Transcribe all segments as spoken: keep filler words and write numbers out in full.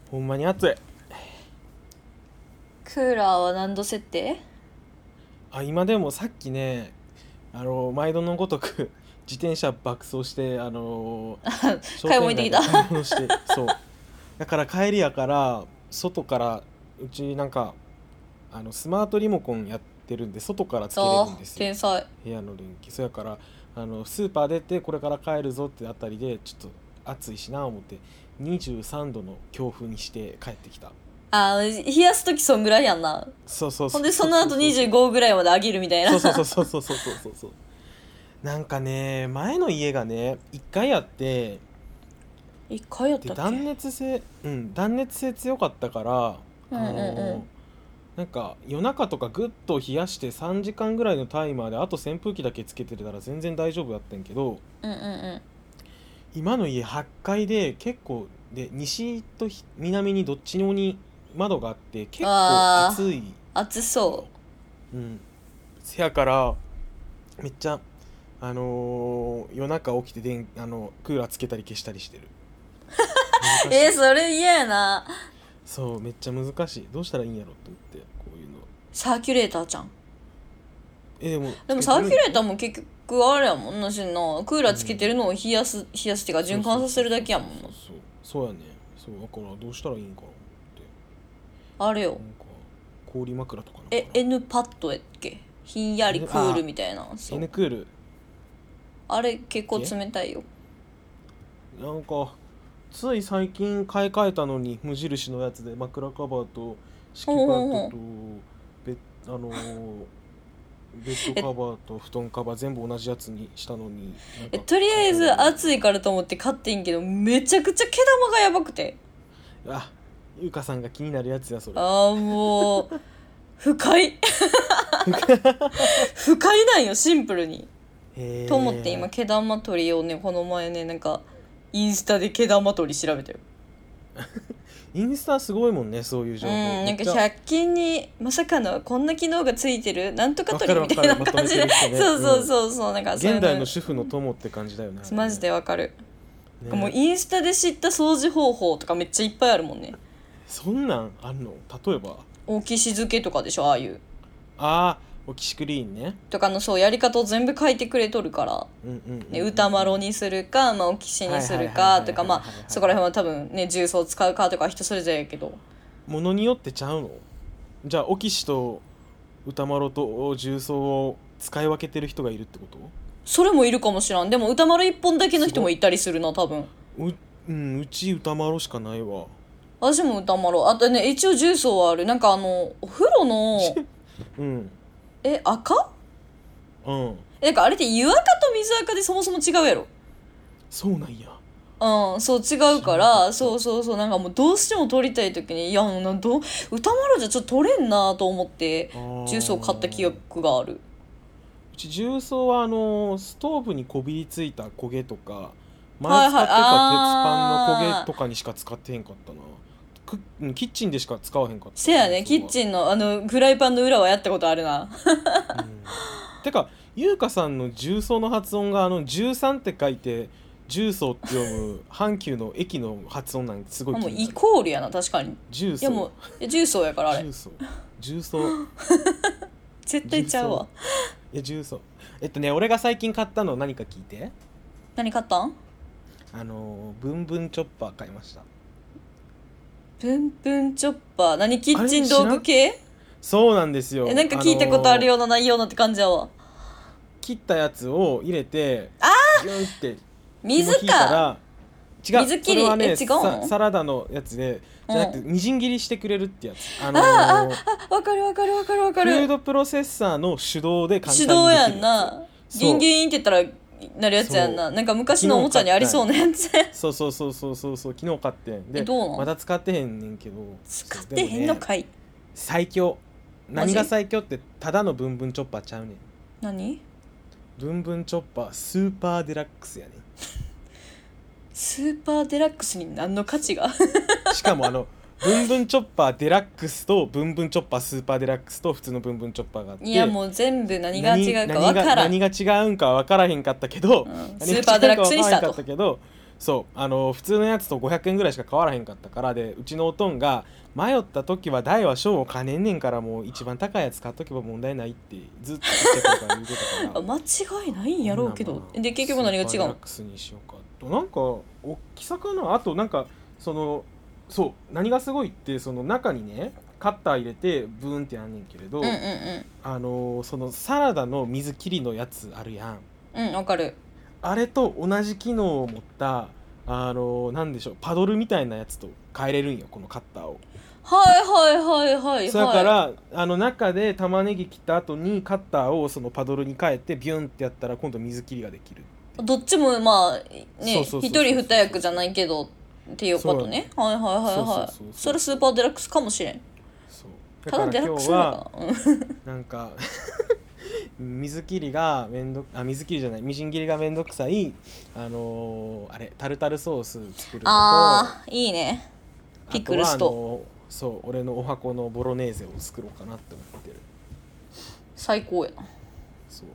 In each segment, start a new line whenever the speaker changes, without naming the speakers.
ほんまに暑い。
クーラーは何度設定？
あ、今でもさっきね、あの毎度のごとく自転車爆走して、あの商
買い物行ってきた
店街で買い物してそうだから帰りやから、外からうちなんかあのスマートリモコンやってるんで、外からつけれるん
あ
ですよ、
天才。
部屋の電気。そやからあのスーパー出てこれから帰るぞってあたりで、ちょっと暑いしな思ってにじゅうさんどの強風にして帰ってきた。
あ冷やす時そんぐらいやんな。
そうそうそう。
ほんでその後にじゅうごぐらいまで上げるみたいな。
そうそうそうそうそうそうそうそう。なんかね、前の家がねいっかいあって、
一回やった
で
っけ？
断熱性うん断熱性強かったから、
うんうんうん
あのーなんか夜中とかぐっと冷やしてさんじかんぐらいのタイマーで、あと扇風機だけつけてたら全然大丈夫だったんやけど、
うんうんうん
今の家はちかいで結構で、西とひ南にどっちにもに窓があって結構
あー
暑い。
暑そ
うんせやからめっちゃあのー夜中起きて電あのクーラーつけたり消したりしてる。
う。
難しい。
えー、それ嫌やな。
そうめっちゃ難しい。どうしたらいいんやろと思って、こういうの。
サーキュレーターじゃん。
えでも
でもサーキュレーター
も、
も結局あれやもんなしんな。クーラーつけてるのを冷やす冷やすっていうか循環させるだけやもんな。
そうそうそうそうやね。そうだからどうしたらいいんかなって。
あれよ。
なんか氷枕とかなのかな。
え N パッドやっけ？ひんやりクールみたいな。そう
N クール。
あれ結構冷たいよ。
なんかつい最近買い替えたのに、無印のやつで枕カバーと敷きパッドとベッあのーベッドカバーと布団カバー全部同じやつにしたのに、なんか
えとりあえず暑いからと思って買ってんけど、めちゃくちゃ毛玉がやばくて、
あ、ゆうかさんが気になるやつやそれ。
ああもう不快不快なんよシンプルに。
へー
と思って今毛玉取りをね、この前ねなんかインスタで毛玉取り調べたよ。
インスタすごいもんね、そういう情報。
うん、なんか
めっちゃ
ひゃく均にまさかのこんな機能がついてるなんとか取りみたいな
わかるわかる
感じで、
まとめてる人ね
そうそうそうそう、なんかそういう
現代の主婦の友って感じだよね。
マジでわかる、
ね、
もうインスタで知った掃除方法とかめっちゃいっぱいあるもんね。
そんなんあんの？例えば
オキシ漬けとかでしょ、ああいう
あーオキシクリーンね。
とかのそうやり方を全部書いてくれとるから、
うんうんうんうん、
ね、歌マロにするか、まあ、オキシにする
はいはいはいはいはい
かとか、まあそこら辺は多分ね重曹使うかとか人それぞれやけど、
ものによってちゃうの？じゃあオキシと歌マロと重曹を使い分けてる人がいるってこと？
それもいるかもしらん。でも歌丸一本だけの人もいたりするな多分。
う、うん、うち歌マロしかないわ。
私も歌丸あとね、一応重曹はある。なんかあのお風呂の
うん
え赤
うん
なんかあれって湯赤と水赤でそもそも違うやろ。
そうなんや。
うん、そう違うからそうそうそう、なんかもうどうしても撮りたい時にいやもうなどう歌丸じゃちょっと撮れんなと思って
あー
重曹買った記憶がある。
うち重曹はあのーストーブにこびりついた焦げとか、
はいはい
前使ってた鉄板の焦
あー
げとかにしか使ってへんかったな。くうんキッチンでしか使わへんかった
せやね、キッ
ン、
チンのあのフライパンの裏はやったことあるな。
うん、てかゆうかさんの重曹の発音があのじゅうさんって書いて重曹って読む阪急の駅の発音なんてすごい気
もうイ
になる。
コールやな確かに。
重曹
いやもういや重曹やからあれ
重曹重曹
絶対ちゃうわ。
いや重曹えっとね俺が最近買ったの何か聞いて。
何買ったん？
あのーブンブンチョッパー買いました。
プンプンチョッパー何？キッチン道具系？
そうなんですよ。
えなんか聞いたことある
よ。
ような内容なって感じやわ。
切ったやつを入れてギュンって
水
紐引いた
から
違う
水切り
それはね
え違うの
さサラダのやつでじゃなくて、
う
みじん切りしてくれるってやつ。あのー
あわかるわかるわかるわか
フー
る。
ドプロセッサーの手動で簡単
手動や
にできる
んな。
そう
ギンギンって言ったらなるやつやんな。
そう
なんか昔のおもちゃにありそうなやつ。
そうそうそうそうそうそう昨日買ってんで
えどうなん
まだ使ってへんねんけど。
使ってへんの
い
かい。
最強。
マジ
何が最強ってただのブンブンチョッパーちゃうねん。
何？
ブンブンチョッパースーパーデラックスやね
スーパーデラックスに何の価値が？
ん。しかもあのブンブンチョッパーデラックスとブンブンチョッパースーパーデラックスと普通のブンブンチョッパーがあって、
いやもう全部何が違うか分
何が
からん。
何が違うんか分からへんかったけど、
うん
何が違う
スーパーデラックスにしたと
か分からへんかったけどそうあの普通のやつとごひゃくえんぐらいしか変わらへんかったから、でうちのおとんが迷った時は大は小を兼ねんねんから、もう一番高いやつ買っとけば問題ないってずっとちっちゃい頃から言うてたから
間違いないんやろうけど、で結局何が違うの？
スーパーデラックスにしようかと。なんか大きさかな。あとなんかそのそう何がすごいって、その中にねカッター入れてブーンってやんねんけれど、
うんうんうん
あのそのサラダの水切りのやつあるやん。
うん、わかる。
あれと同じ機能を持ったあのなんでしょう、パドルみたいなやつと変えれるんよ、このカッターを。
はいはいはいはいはい。
それからあの中で玉ねぎ切った後にカッターをそのパドルに変えてビュンってやったら今度水切りができる。
どっちもまあね、
そうそうそうそう
一人二役じゃないけどっていうことね。はいはいはいはい。
そうそうそうそう
それスーパーデラックスかもしれん。
そう
ただデラックスなのかな。うん
なんか水切りがめんどあ水切りじゃないみじん切りがめんどくさい、あのーあれタルタルソース作るのと、
あーいいね。ピクルスと
あとはあのーそう俺のお箱のボロネーゼを作ろうかなって思ってる。
最高やな。
そう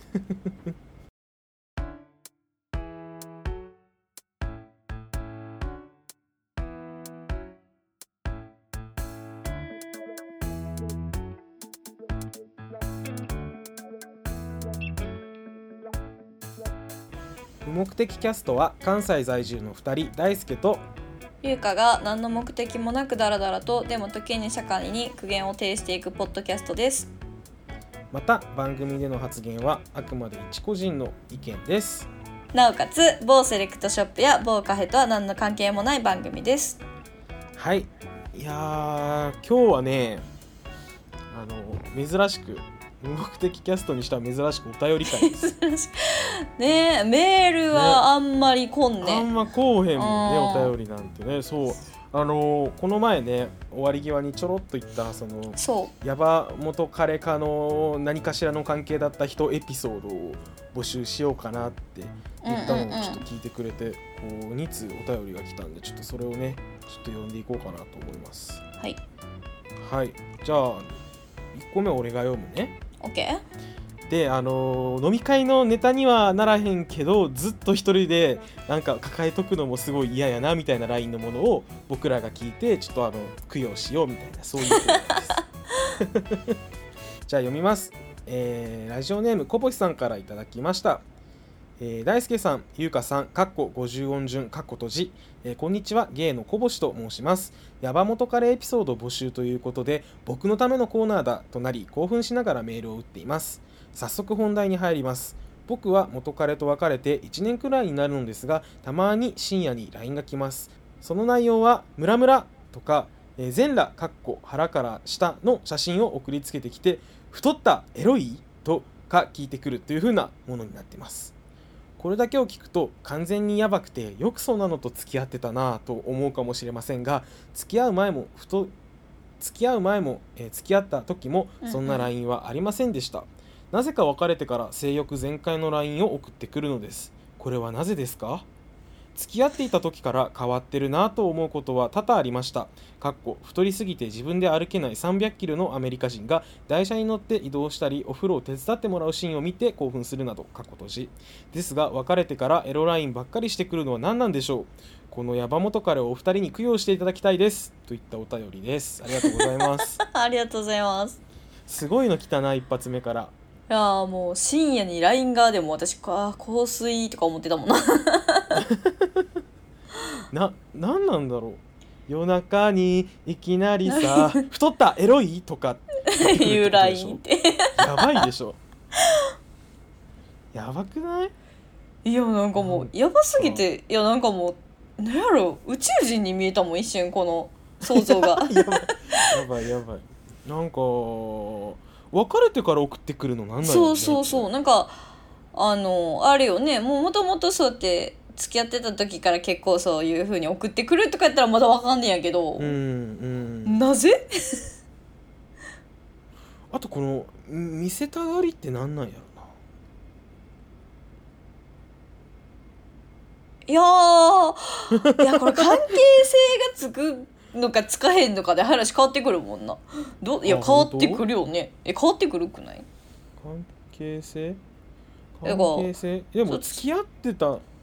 無目的キャストは関西在住のふたり大輔と
ゆうかが何の目的もなくダラダラとでも時に社会に苦言を呈していくポッドキャストです。
また番組での発言はあくまで一個人の意見です。
なおかつ某セレクトショップや某カフェとは何の関係もない番組です。
はい、いやー今日はねあの珍しく無目的キャストにしては珍しくお便り会です
ねえ、メールはあんまり来んね。
あんまこうへんもんね、
うん
お便りなんてね。そうあのーこの前ね終わり際にちょろっと言ったその
そ
ヤバ元彼かの何かしらの関係だった人エピソードを募集しようかなって言ったのを
うんうんうん
ちょっと聞いてくれて、こうに通お便りが来たんで、ちょっとそれをねちょっと読んでいこうかなと思います。
う。はい。
はい、じゃあいっこめ俺が読むね。
OK？
であのー飲み会のネタにはならへんけどずっと一人でなんか抱えとくのもすごい嫌やなみたいなラインのものを僕らが聞いてちょっとあの供養しようみたいな、そういうことですじゃあ読みます、えーラジオネームこぼしさんからいただきました。えー大輔さん、ゆうかさん、かっこごじゅう音順、かっこ閉じ、えーこんにちは、ゲイのこぼしと申します。ヤバ元カレエピソード募集ということで、僕のためのコーナーだとなり、興奮しながらメールを打っています。早速本題に入ります。僕は元彼と別れていちねんくらいになるのですが、たまに深夜に ライン が来ます。その内容は、ムラムラとか、えー全裸かっこ腹から下の写真を送りつけてきて、太ったエロいとか聞いてくるという風なものになっています。これだけを聞くと完全にやばくてよくそんなのと付き合ってたなぁと思うかもしれませんが、付き合う前もふと付き合う前も、えー付き合った時もそんな ライン はありませんでした。なぜか別れてから性欲全開の ライン を送ってくるのです。これはなぜですか？付き合っていた時から変わってるなと思うことは多々ありました。かっこ太りすぎて自分で歩けないさんびゃっキロのアメリカ人が台車に乗って移動したりお風呂を手伝ってもらうシーンを見て興奮するなど、かっこ閉じ。ですが別れてからエロラインばっかりしてくるのは何なんでしょう。このヤバ元彼をお二人に供養していただきたいですといったお便りです。ありがとうございます
ありがとうございます。
すごいの来たな、一発目から。
いやーもう深夜に ライン がでも私か香水とか思ってたもんな
な、なんなんだろう。夜中にいきなりさ太ったエロいとか
いう ライン って
やばいでしょやばくない？
いやなんかもうやばすぎて、いやなんかもうなんやろ宇宙人に見えたもん一瞬この想像が
やばいやばいやばい。なんか別れてから送ってくるのなんだろうね。
そうそうそう、なんかあのあれよね、もうもともとそうやって付き合ってた時から結構そういう風に送ってくるとかやったらまだわかんねんやけど、
うんうん。
なぜ
あとこの見せたがりってなんなんやろな。
いやーいやこれ関係性がつくのかつかへんのかで話変わってくるもんな。どいや
あ
変わってくるよね。え変わってくるくない？
関係性
だから
関係性でも付き合ってた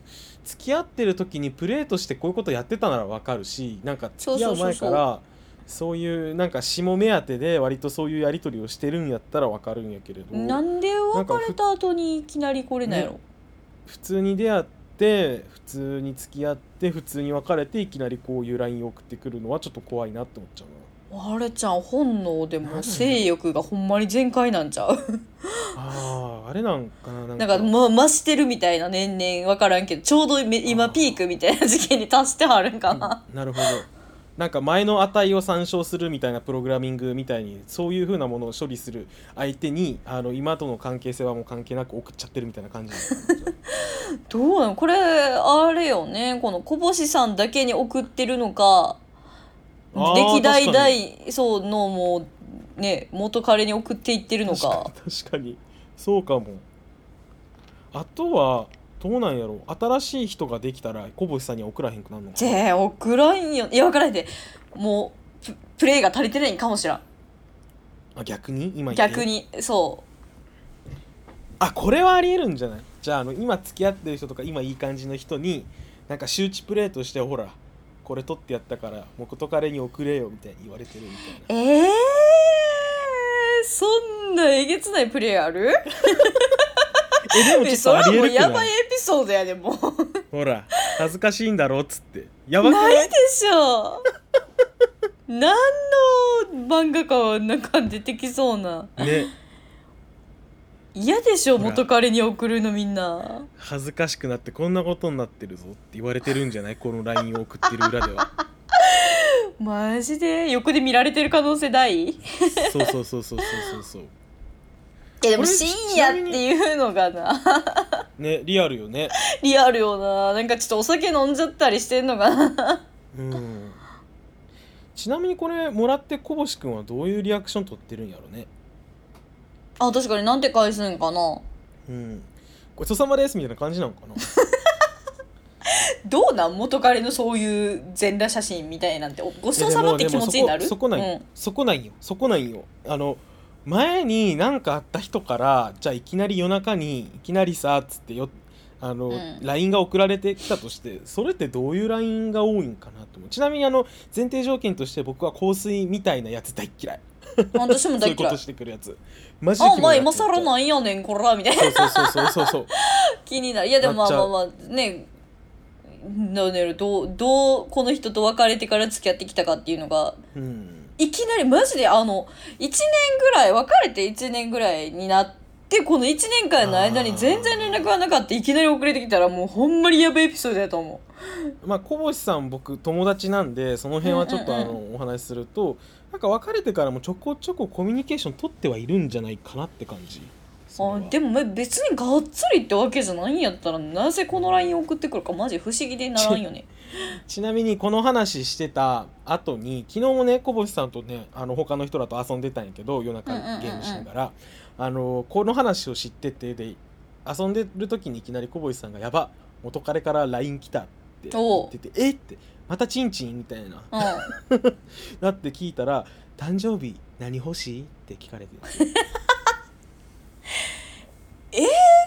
付き合ってる時にプレーとしてこういうことやってたならわかるし、なんか付き合う前
そうそうそう
からそういうなんか下目当てで割とそういうやり取りをしてるんやったらわかるんやけれど、
なんで別れた後にいきなりこれなんやろ、
ね普通に出会って普通に付き合って普通に別れていきなりこういう ライン を送ってくるのはちょっと怖いなって思っちゃうな。
あれちゃん本能でも性欲がほんまに全開なんちゃう
あああれなんかな、なんか
なんかま増してるみたいな、年々分からんけどちょうど今今ピークみたいな時期に達してはるんかな、
なるほど。なんか前の値を参照するみたいなプログラミングみたいにそういう風なものを処理する相手にあの今との関係性はもう関係なく送っちゃってるみたいな感じ
どうなのこれ、あれよね、このこぼしさんだけに送ってるのか、
あー
歴代
確か
代そうのもうね元彼に送っていってるのか。
確かに確かにそうかも。あとはどうなんやろ、新しい人ができたら小星さんには送らへんくなるのかな。
ぜ送らんよ。いや分からんで、もうププレイが足りてないんかもしらん。
あ逆に今言って
逆にそ
あこれはありえるんじゃない。じゃあ、あの今付き合ってる人とか今いい感じの人になんか周知プレイとしてほらこれ取ってやったから元彼に送れよみたいに言われてるみたいな。
う。えー、そんなえげつないプレイある？
えでもちょっ
それは
とありえるく
もうやば
ないい
エピソードやでもう。
ほら恥ずかしいんだろっつってやばくな
ないいでしょ。何の漫画かなんか出てきそうな。
ね。
嫌でしょ
ほら
元彼に送るのみんな。
恥ずかしくなってこんなことになってるぞって言われてるんじゃない、この ライン を送ってる裏では。
マジで横で見られてる可能性大？
そうそうそうそうそうそうそう
えでも
これ
深夜っていうのがな
ね、リアルよね。
リアルよな。なんかちょっとお酒飲んじゃったりしてんのかな。
うんちなみにこれもらってこぼしくんはどういうリアクション取ってるんやろね。
あ確かになんて返すんかな。
うんごちそうさまですみたいな感じなのかな。
どうなん元彼のそういう全裸写真みたいなんておごちそうさまって気持ちになる。
いやでもそこそこなんよ、
うん
そこなんよそこなんよあの前に何かあった人からじゃあいきなり夜中にいきなりさっつってよあの、
うん
ライン が送られてきたとしてそれってどういう ライン が多いんかなと思う。ちなみにあの前提条件として僕は香水みたいなやつ大っ嫌い。
私も
そういうこと
大嫌い。
してくるやつマジで
あ
キモいな
お前今
って思っちゃう
更なんやねんこらみたいな
そうそうそうそうそう
気になる。いやでもまあまあまあね、なんだろう、どうどうこの人と別れてから付き合ってきたかっていうのが
うん
いきなりマジであのいちねんぐらい別れていちねんぐらいになってこのいちねんかんの間に全然連絡がなかったいきなり遅れてきたらもうほんまにやばいエピソードだと思う。
まあ小星さん僕友達なんでその辺はちょっとあの、
うんうん
お話しするとなんか別れてからもちょこちょこコミュニケーション取ってはいるんじゃないかなって感じ。それは
あでもまあ別にがっつりってわけじゃないんやったらなぜこの ライン 送ってくるかマジ不思議でならんよね。
ちなみにこの話してた後に昨日もね小星さんとねあの他の人らと遊んでたんやけど夜中にゲームしながら、あのこの話を知っててで遊んでる時にいきなり小星さんがやば元彼から ライン 来たって言
おう
っててえってまたチンチンみたいな
うん
なって聞いたら誕生日何欲しいって聞かれて
え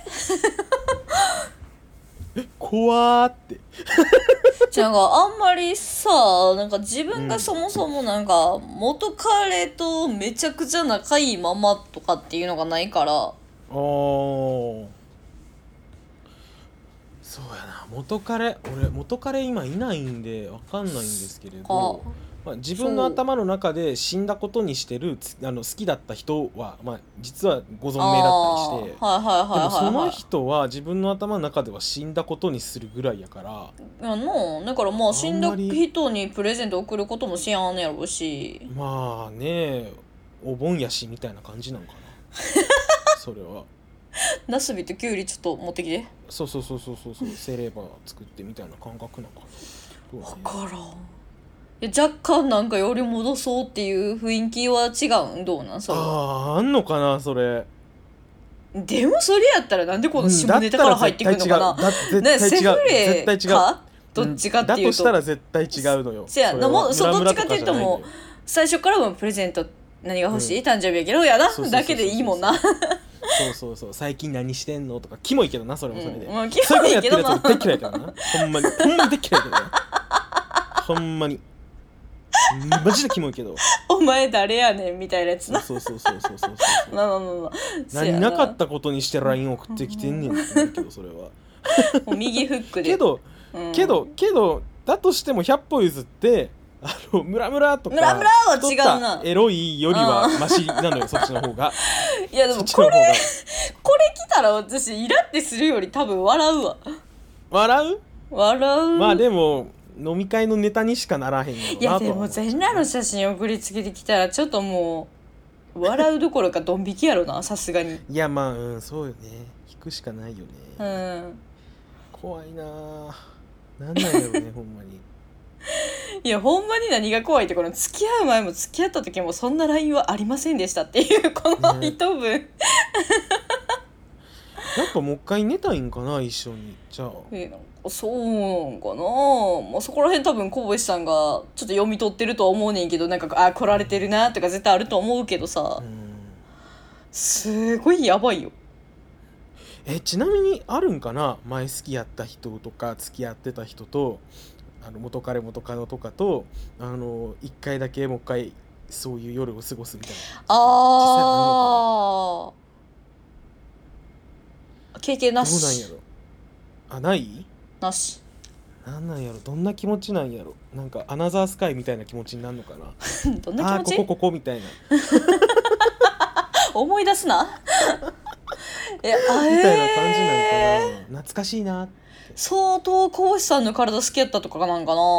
え怖ーって
じゃあなんかあんまりさなんか自分がそもそもなんか元彼とめちゃくちゃ仲いいままとかっていうのがないから
あーそうやな元彼俺元彼今いないんでわかんないんですけれど、まあ、自分の頭の中で死んだことにしてるつあの好きだった人は、まあ、実はご存命だったりして、
あーはいはいはい
でもその
はいはい
人は自分の頭の中では死んだことにするぐらいやから
いやのだからまあ死んだ
あんまり
人にプレゼント送ることもしやんねやろうし
まあねお盆やしみたいな感じなのかなそれは
ナスビとキュウリちょっと持ってきて。
そうそうそうそうそうそうセレバー作ってみたいな感覚なのかなどうね
分からん。いや若干なんかより戻そうっていう雰囲気は違うんどうなんそれは。
あーあんのかなそれ
でもそれやったらなんでこの下ネタから入ってくるのかな、
うんだったら
ねセ
絶対違う
フレ
絶対違う
かどっちかっていうと、
んだとしたら絶対違うのよ
せやな
それは
もうそう
ムラムラ
どっちかっていうと
かじゃないのよ
も最初からもプレゼント何が欲しい、誕生日やけどやな
そうそうそうそう
だけでいいもんな。
そうそうそう最近何してんのとかキモいけどなそれもそれで、
うんまあキ
そう
モいけど
いうことやってるやつ絶対嫌いだからなほんまにほんまに絶対嫌いだからほんまにマジでキモいけど
お前誰やねんみたいなやつな。
そうそうそうそうそうそう
まあまあまあまあ
何なかったことにして ライン 送ってきてんねんって言うけどそれは
もう右フックで
けど、
うん、
けどけどだとしてもひゃっぽ譲ってあのムラムラとか
ムラムラは違うな
太ったエロいよりはマシなのよそっちの方が
いやでもこれこれ来たら私イラってするより多分笑うわ
笑う
笑う
まあでも飲み会のネタにしかならへんやろなと
いや
は思う
でも全裸の写真送りつけてきたらちょっともう笑うどころかドン引きやろなさすがに
いやまあうんそうよね引くしかないよね、
うん
怖いなぁなんなんやろねほんまに
いやほんまに何が怖いってこの付き合う前も付き合った時もそんな ライン はありませんでしたっていうこの一文、ね、
やっぱもう一回寝たいんかな一緒にじゃあ
えなんかそうなんかな、まあ、そこら辺多分小星さんがちょっと読み取ってるとは思うねんけどなんかあ来られてるなとか絶対あると思うけどさ、
うん、
すごいやばいよ。
えちなみにあるんかな前好きやった人とか付き合ってた人とあの元彼元カノとかとあの一回だけもう一回そういう夜を過ごすみたいな
ああ経験なし
どうなんやろあない
なし
なんなんやろどんな気持ちなんやろなんかアナザースカイみたいな気持ちになるのかな
どんな気持ち
あーここここみたいな
思い出すなえあ
みたいな感じなんかな懐かしいな
相当小星さんの体好きやったとかなんかな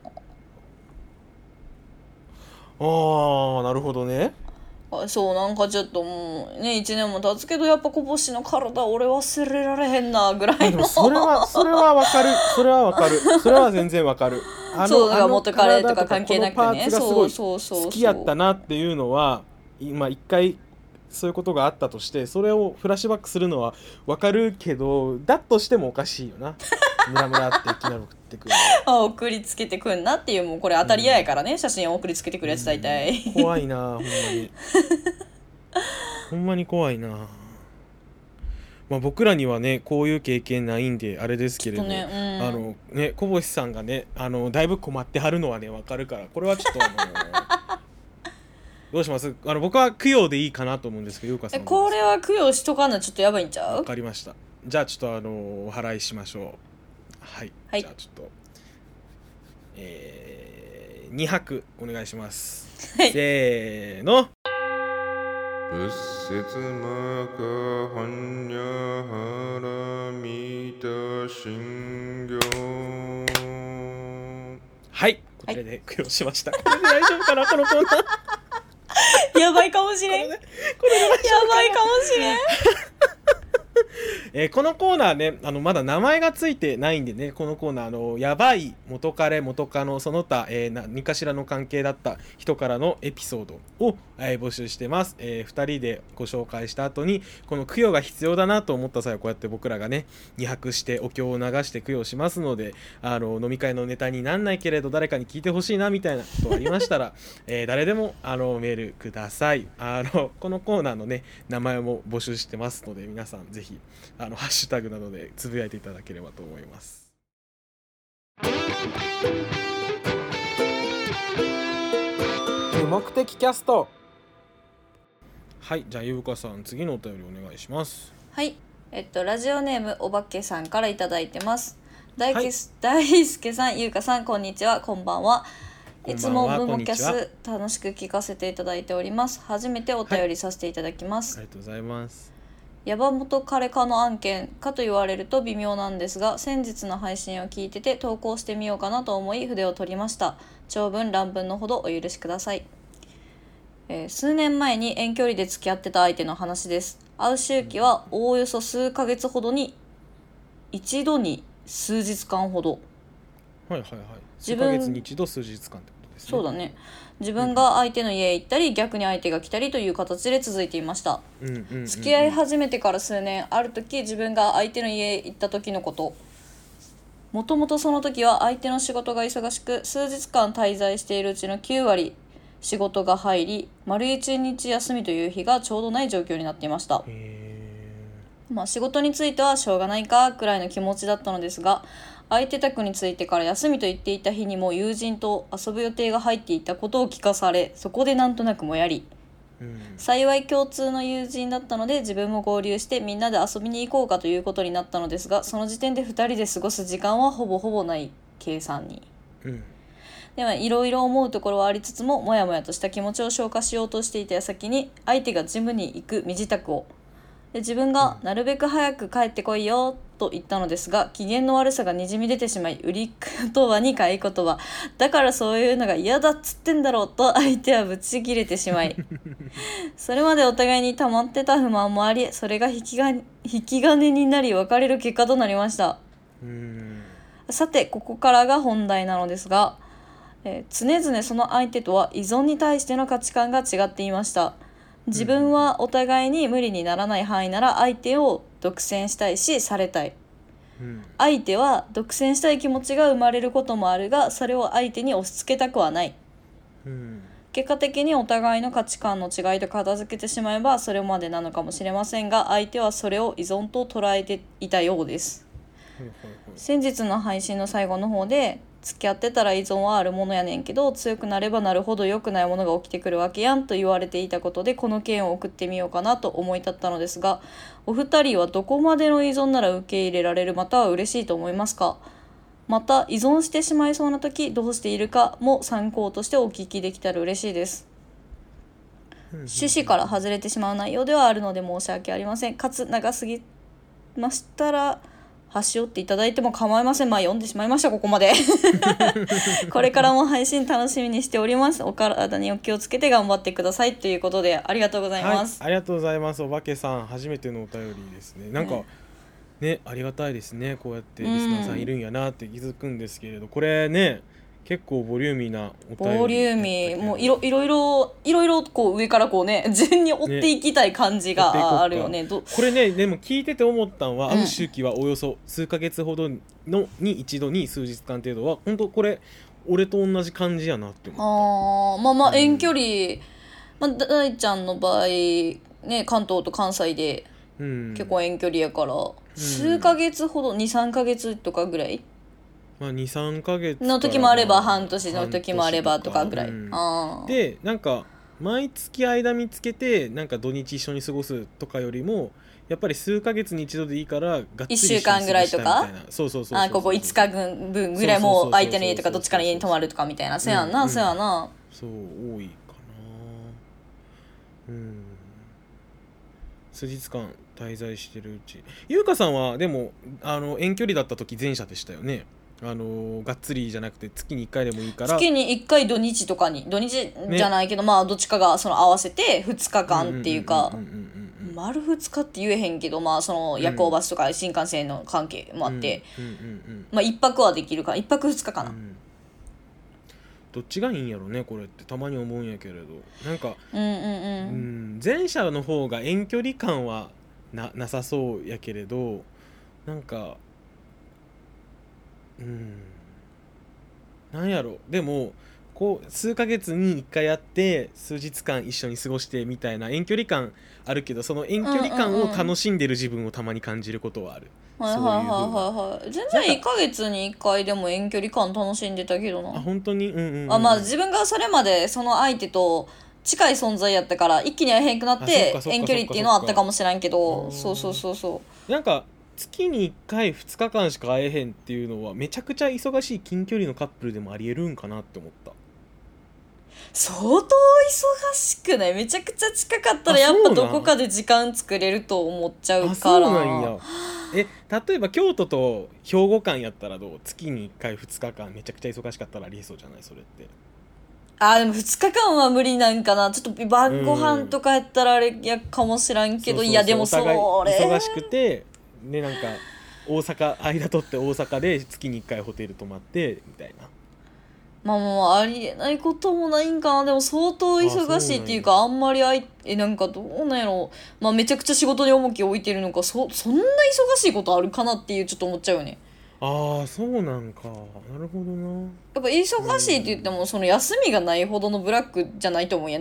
あーなるほどね
あそうなんかちょっともうねいちねんも経つけどやっぱ小星の体俺忘れられへんなぐらいの
あでもそれはそれはわかるそれはわかるそれは全然わかるあの
そうだから
あの
元彼とか関係なく
このパ
ね
ーツがすごい
そうそうそうそう
好きやったなっていうのは今一回そういうことがあったとしてそれをフラッシュバックするのはわかるけどだとしてもおかしいよなムラムラっていきなり送ってくる
あ送りつけてくんなっていうもうこれ当たり屋やからね、うん、写真を送りつけてくるやつ大体、
うん、怖いなほんまにほんまに怖いなまあ僕らにはねこういう経験ないんであれですけれど、
ねうん、
あのね小星さんがねあのだいぶ困ってはるのはねわかるからこれはちょっとあのどうしますあの僕は供養でいいかなと思うんですけどゆうかさん
えこれは供養しとかんのちょっとやばいんちゃう
わかりましたじゃあちょっとあのお祓いしましょうはい、
はい、
じゃあちょっとえー、に拍お願いします、
はい、
せーの
仏説マカハンニャハラミタ信行
はいこちらで供養しました、はい、これで大丈夫かなこのコーナー
やばいかもしれんこれ
これ
やばいかもしれん
えー、このコーナーねあのまだ名前がついてないんでねこのコーナーあのやばい元彼元カノその他、えー、何かしらの関係だった人からのエピソードを、えー、募集してます、えー、ふたりでご紹介した後にこの供養が必要だなと思った際はこうやって僕らがねに拍してお経を流して供養しますのであの飲み会のネタになんないけれど誰かに聞いてほしいなみたいなことありましたら、えー、誰でもあのメールくださいあのこのコーナーのね名前も募集してますので皆さんぜひあのハッシュタグなどでつぶやいていただければと思います。無目的キャスト。はいじゃあゆうかさん次のお便りお願いします。
はいえっとラジオネームおばけさんからいただいてます大
はい
輔さんゆうかさんこんにちはこんばんは。いつもブモキャ
こんにちは
ス楽しく聞かせていただいております初めてお便りさせていただきます、
ありがとうございます。
山本彼かの案件かと言われると微妙なんですが先日の配信を聞いてて投稿してみようかなと思い筆を取りました長文乱文のほどお許しください、えー、数年前に遠距離で付き合ってた相手の話です会う周期はおおよそ数ヶ月ほどに一度に数日間ほど
はいはいはい
自分
数ヶ月に一度数日間ってことですね。
そうだね自分が相手の家へ行ったり逆に相手が来たりという形で続いていました、
うんうんうんうん、
付き合い始めてから数年ある時自分が相手の家へ行った時のこともともとその時は相手の仕事が忙しく数日間滞在しているうちのきゅう割仕事が入り丸一日休みという日がちょうどない状況になっていました
へ
まあ仕事についてはしょうがないかくらいの気持ちだったのですが、相手宅についてから休みと言っていた日にも友人と遊ぶ予定が入っていたことを聞かされ、そこでなんとなくもやり、
うん、
幸い共通の友人だったので自分も合流してみんなで遊びに行こうかということになったのですが、その時点でふたりで過ごす時間はほぼほぼない計算に。
うん
ではいろいろ思うところはありつつも、もやもやとした気持ちを消化しようとしていた矢先に相手がジムに行く身支度をで、自分がなるべく早く帰ってこいよと言ったのですが、機嫌の悪さがにじみ出てしまい、売り言葉に買い言葉、だからそういうのが嫌だっつってんだろうと相手はぶち切れてしまいそれまでお互いに溜まってた不満もあり、それが引きが引き金になり別れる結果となりました。
うん
さてここからが本題なのですが、えー、常々その相手とは依存に対しての価値観が違っていました。自分はお互いに無理にならない範囲なら相手を独占したいしされたい、
うん、
相手は独占したい気持ちが生まれることもあるが、それを相手に押し付けたくはない、
うん、
結果的にお互いの価値観の違いと片付けてしまえばそれまでなのかもしれませんが、相手はそれを依存と捉えていたようです。
はいはいはい、
先日の配信の最後の方で、付き合ってたら依存はあるものやねんけど、強くなればなるほど良くないものが起きてくるわけやんと言われていたことで、この件を送ってみようかなと思い立ったのですが、お二人はどこまでの依存なら受け入れられる、または嬉しいと思いますか？また依存してしまいそうな時どうしているかも参考としてお聞きできたら嬉しいです。趣旨から外れてしまう内容ではあるので申し訳ありません。かつ長すぎましたら端折っていただいても構いません。まあ読んでしまいましたここまでこれからも配信楽しみにしております。お体にお気をつけて頑張ってくださいということで、ありがとうございます。
はい、ありがとうございます。おばけさん初めてのお便りですね。なんか、ねね、ありがたいですね。こうやってリスナーさんいるんやなって気づくんですけれど、これね結構ボリューミーなお便り、
ボリューミー、もういろいろいろいろいろこう上からこうね順に追っていきたい感じがあるよね。
ね、
ど
これねでも聞いてて思ったのは、
うん、
ある周期はおよそ数ヶ月ほどのに一度に数日間程度は本当これ俺と同じ感じやなって思った。
あまあまあ遠距離、うん、まあ、大ちゃんの場合ね関東と関西で結構遠距離やから、うん、数ヶ月ほど にさんかげつとかぐらい、
まあ、にさんかげつ
の時もあれば半年の時もあればとかぐらい、うん、あ
でなんか毎月間見つけてなんか土日一緒に過ごすとかよりもやっぱり数ヶ月に一度でいいからがっつり一緒に過ごしたいみたいな。いっしゅうかんぐらいとか、そうそうそうそう、
あここいつかぶんぐらいもう相手の家とかどっちかの家に泊まるとかみたいな、そうやんな、そうやな、
そう多いかな。うん、数日間滞在してるうち、優香さんはでもあの遠距離だった時前者でしたよね。あのがっつりじゃなくて月にいっかいでもいいから、
月にいっかい土日とかに、土日じゃないけど、ね、まあどっちかがその合わせてふつかかんっていうか、丸ふつかって言えへんけど、まあその夜行バスとか新幹線の関係もあって、まあいっぱくはできるからいっぱくふつかかな、うん、
どっちがいいんやろねこれってたまに思うんやけれど、なんか、
うんうんうん、
前者の方が遠距離感は な, なさそうやけれど、なんかうんなんやろ、でもこう数ヶ月にいっかいやって数日間一緒に過ごしてみたいな遠距離感あるけど、その遠距離感を楽しんでる自分をたまに感じることはある、
うんうんうん、はいはいはいはい、全然いっかげつにいっかいでも遠距離感楽しんでたけどな。
あ本当に、うんうんうん、
あまあ自分がそれまでその相手と近い存在やったから一気に会えへんくなって遠距離っていうのはあったかもしれんけど、そうそうそうそう、
なんか月にいっかいふつかかんしか会えへんっていうのはめちゃくちゃ忙しい近距離のカップルでもありえるんかなって思った。
相当忙しくない？めちゃくちゃ近かったらやっぱどこかで時間作れると思っちゃうから。あ
そうなんや。え例えば京都と兵庫間やったらどう？月にいっかいふつかかんめちゃくちゃ忙しかったらありえそうじゃないそれって。
あでもふつかかんは無理なんかな。ちょっと晩ご飯とかやったらあれやかもしらんけど、いやでもそれ
忙しくてね、なんか大阪間取って大阪で月にいっかいホテル泊まってみたいな。
まあもうありえないこともないんかな。でも相当忙しいっていうか、あんまりあいえなんかどうなんやろ、まあめちゃくちゃ仕事に重きを置いてるのか、そそんな忙しいことあるかなっていうちょっと思っちゃうよね。
ああそうなんか、なるほどな。
やっぱ忙しいって言っても、その休みがないほどのブラックじゃないと思うやん。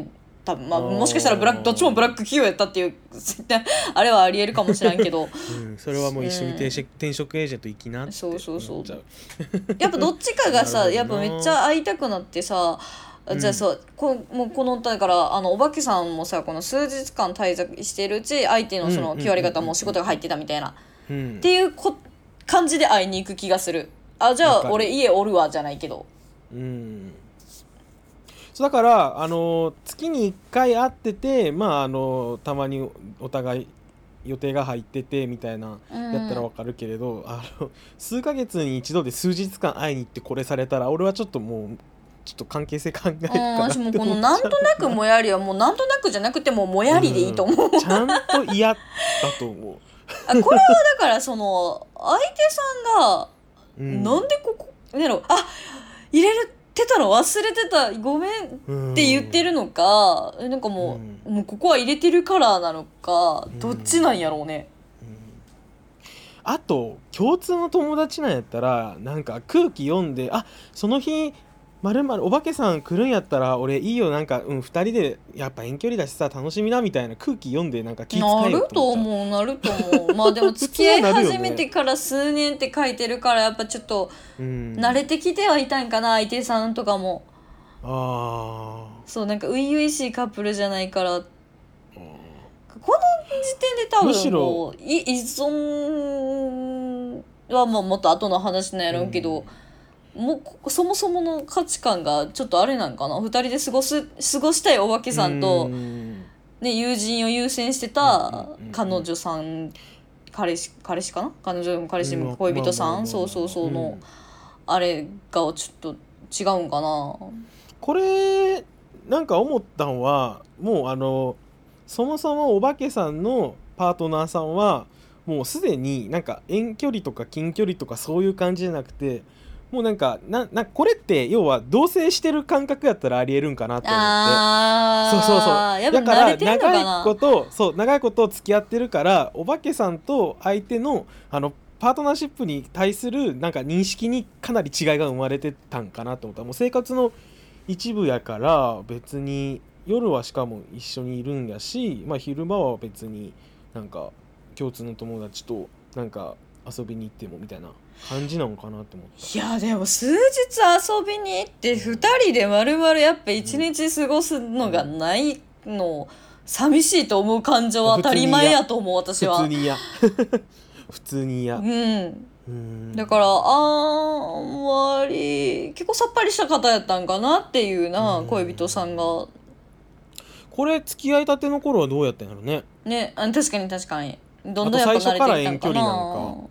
多分まあ
あー
もしかしたらブラックどっちもブラック企業やったっていうあれはありえるかもしれんけど
うん、それはもう一緒に転職,、転職エージェント行きなって
そうそうそう
思っちゃう。
やっぱどっちかがさ
なる
やっ
ほどな
ぱめっちゃ会いたくなってさ、
うん
じゃあそうこもうこのだからあのおばけさんもさこの数日間滞在してるうち相手のその
うん
きゅう割方も仕事が入ってたみたいな、
うん
っていうこ感じで会いに行く気がする。あじゃあ
わかる
俺家おるわじゃないけど
うんそうだからあの月にいっかい会ってて、まああのたまにお互い予定が入っててみたいな
うん
やったらわかるけれど、あの数ヶ月に一度で数日間会いに行ってこれされたら俺はちょっともうちょっと関係性考えるか
うん
なって
私も
思っちゃう。
このなんとなくもやりはもうなんとなくじゃなくてももやりでいいと思う、
んちゃんと嫌だと思
あこれはだからその相手さんが
う、うん、
なんでここねろあ入れてたの忘れてたごめんって言ってるのか、なんかもう、もうここは入れてるカラーなのか、
うん
どっちなんやろうね。
あと共通の友達なんやったらなんか空気読んであその日まるまるお化けさん来るんやったら俺いいよなんかうんふたりでやっぱ遠距離だしさ楽しみなみたいな空気読んでなんか気遣
な
えよ
ると
思っちゃう。
思うなると思うまあでも付き合い
普通はなるよね
始めてから数年って書いてるからやっぱちょっと
うん、
慣れてきてはいたんかな相手さんとかも。
あ
そうなんか初々しいカップルじゃないから
ー
この時点で多
むしろ
分もうい依存はまあもっと後の話なんやろうけど、もうそもそもの価値観がちょっとあれなんかな。二人で過ごす過ごしたいお化けさんと、
うん
ね、友人を優先して
うん
た
うんうんうん
彼女さん彼氏彼氏かな彼女も彼氏
うん
も恋人さ
まあまあまあ
んそうそうそうの
うん
あれがちょっと違うんかな。
これなんか思ったんはもうあのそもそもお化けさんのパートナーさんはもうすでになんか遠距離とか近距離とかそういう感じじゃなくてもうなんかななこれって要は同棲してる感覚やったらありえるんかなと思って
あー
そうそうそう
やっぱ
だから
慣れてるのか
長い
な。
ことそう長いこと付き合ってるからお化けさんと相手のあのパートナーシップに対するなんか認識にかなり違いが生まれてたんかなと思ったもう生活の一部やから別に夜はしかも一緒にいるんやし、まあ、昼間は別になんか共通の友達となんか遊びに行ってもみたいな感じなのかなって思った
いやでも数日遊びに行ってふたりでまるまるやっぱいちにち過ごすのがないの寂しいと思う感情は当たり前やと思う私は。
普通に嫌普通に嫌
うん
うん
だからあんまり結構さっぱりした方やったんかなっていうな、
うん
恋人さんが
これ付き合いたての頃はどうやったんやろね
ねあ確かに確かにどんどんやっぱ慣れていったんかな。
あと最初から遠距離なの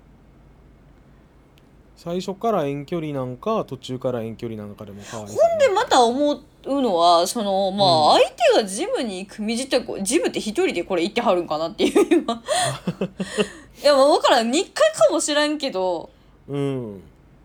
最初から遠距離なんか途中から遠距離なのかでも変わりそう
ほんでまた思うのはそのまあ
うん
相手がジムに行く身自体こうジムって一人でこれ行ってはるんかなっていう今いやまあ分からん日課かもしらんけど
うん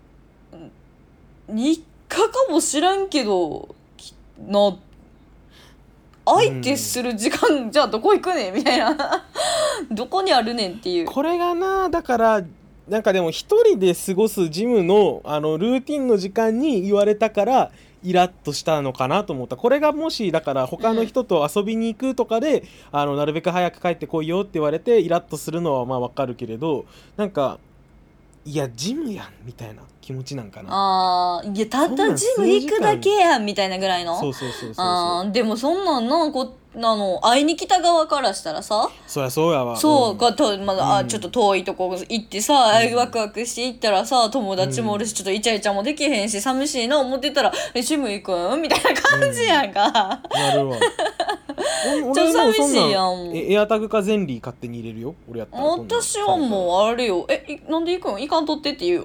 日課かもしらんけどきな相手する時間、じゃあどこ行くねんみたいなどこにあるねんっていう。
これがなだからなんかでも一人で過ごすジムのあのルーティンの時間に言われたからイラッとしたのかなと思った。これがもしだから他の人と遊びに行くとかで、あのなるべく早く帰ってこいよって言われてイラッとするのはまあわかるけれどなんかいやジムやんみたいな気持ちなんかな。
あーいやただジム行くだけやんみたいなぐらいの。
そうそうそうそうそう
あーでもそんなんなこあの会いに来た側からしたらさ
そりゃそうやわ
そう、
ん
がとまあ、あ
うん
ちょっと遠いとこ行ってさ、あワクワクして行ったらさ友達もおるし、ちょっとイチャイチャもできへんし寂しいな思ってたら「えジム行くん?」みたいな感じやんか、
なるわ俺
ちょっと寂しい
俺もそんなん
やん
えエアタグかゼンリー勝手に入れるよ俺やったら。
私はもうあれよ「えいなんで行くん行かんとって」って言う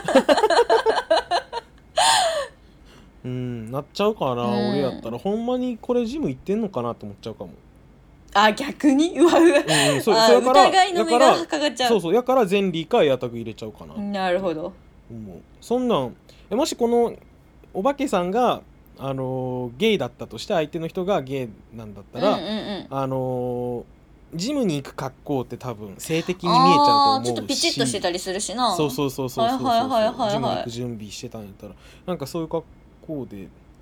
うんなっちゃうかな、
うん
俺やったらほんまにこれジム行ってんのかなって思っちゃうかも。
あ逆にうわうわ、
うんうん、そう
あ
それから
疑いの目
やから
がかかっちゃう。
そうそうやからゼンリーかエアタグ入れちゃうかな、
なるほど。
もうそんなんえもしこのお化けさんがあのーゲイだったとして相手の人がゲイなんだったら、
うんうんうん
あのージムに行く格好って多分性的に見えちゃうと思うし、
あーちょっとピチッとしてたりするしな。
そうそうそうそうそうそう
はいはいはいはいはい
ジムに行く準備してたんやったらなんかそういう格好でい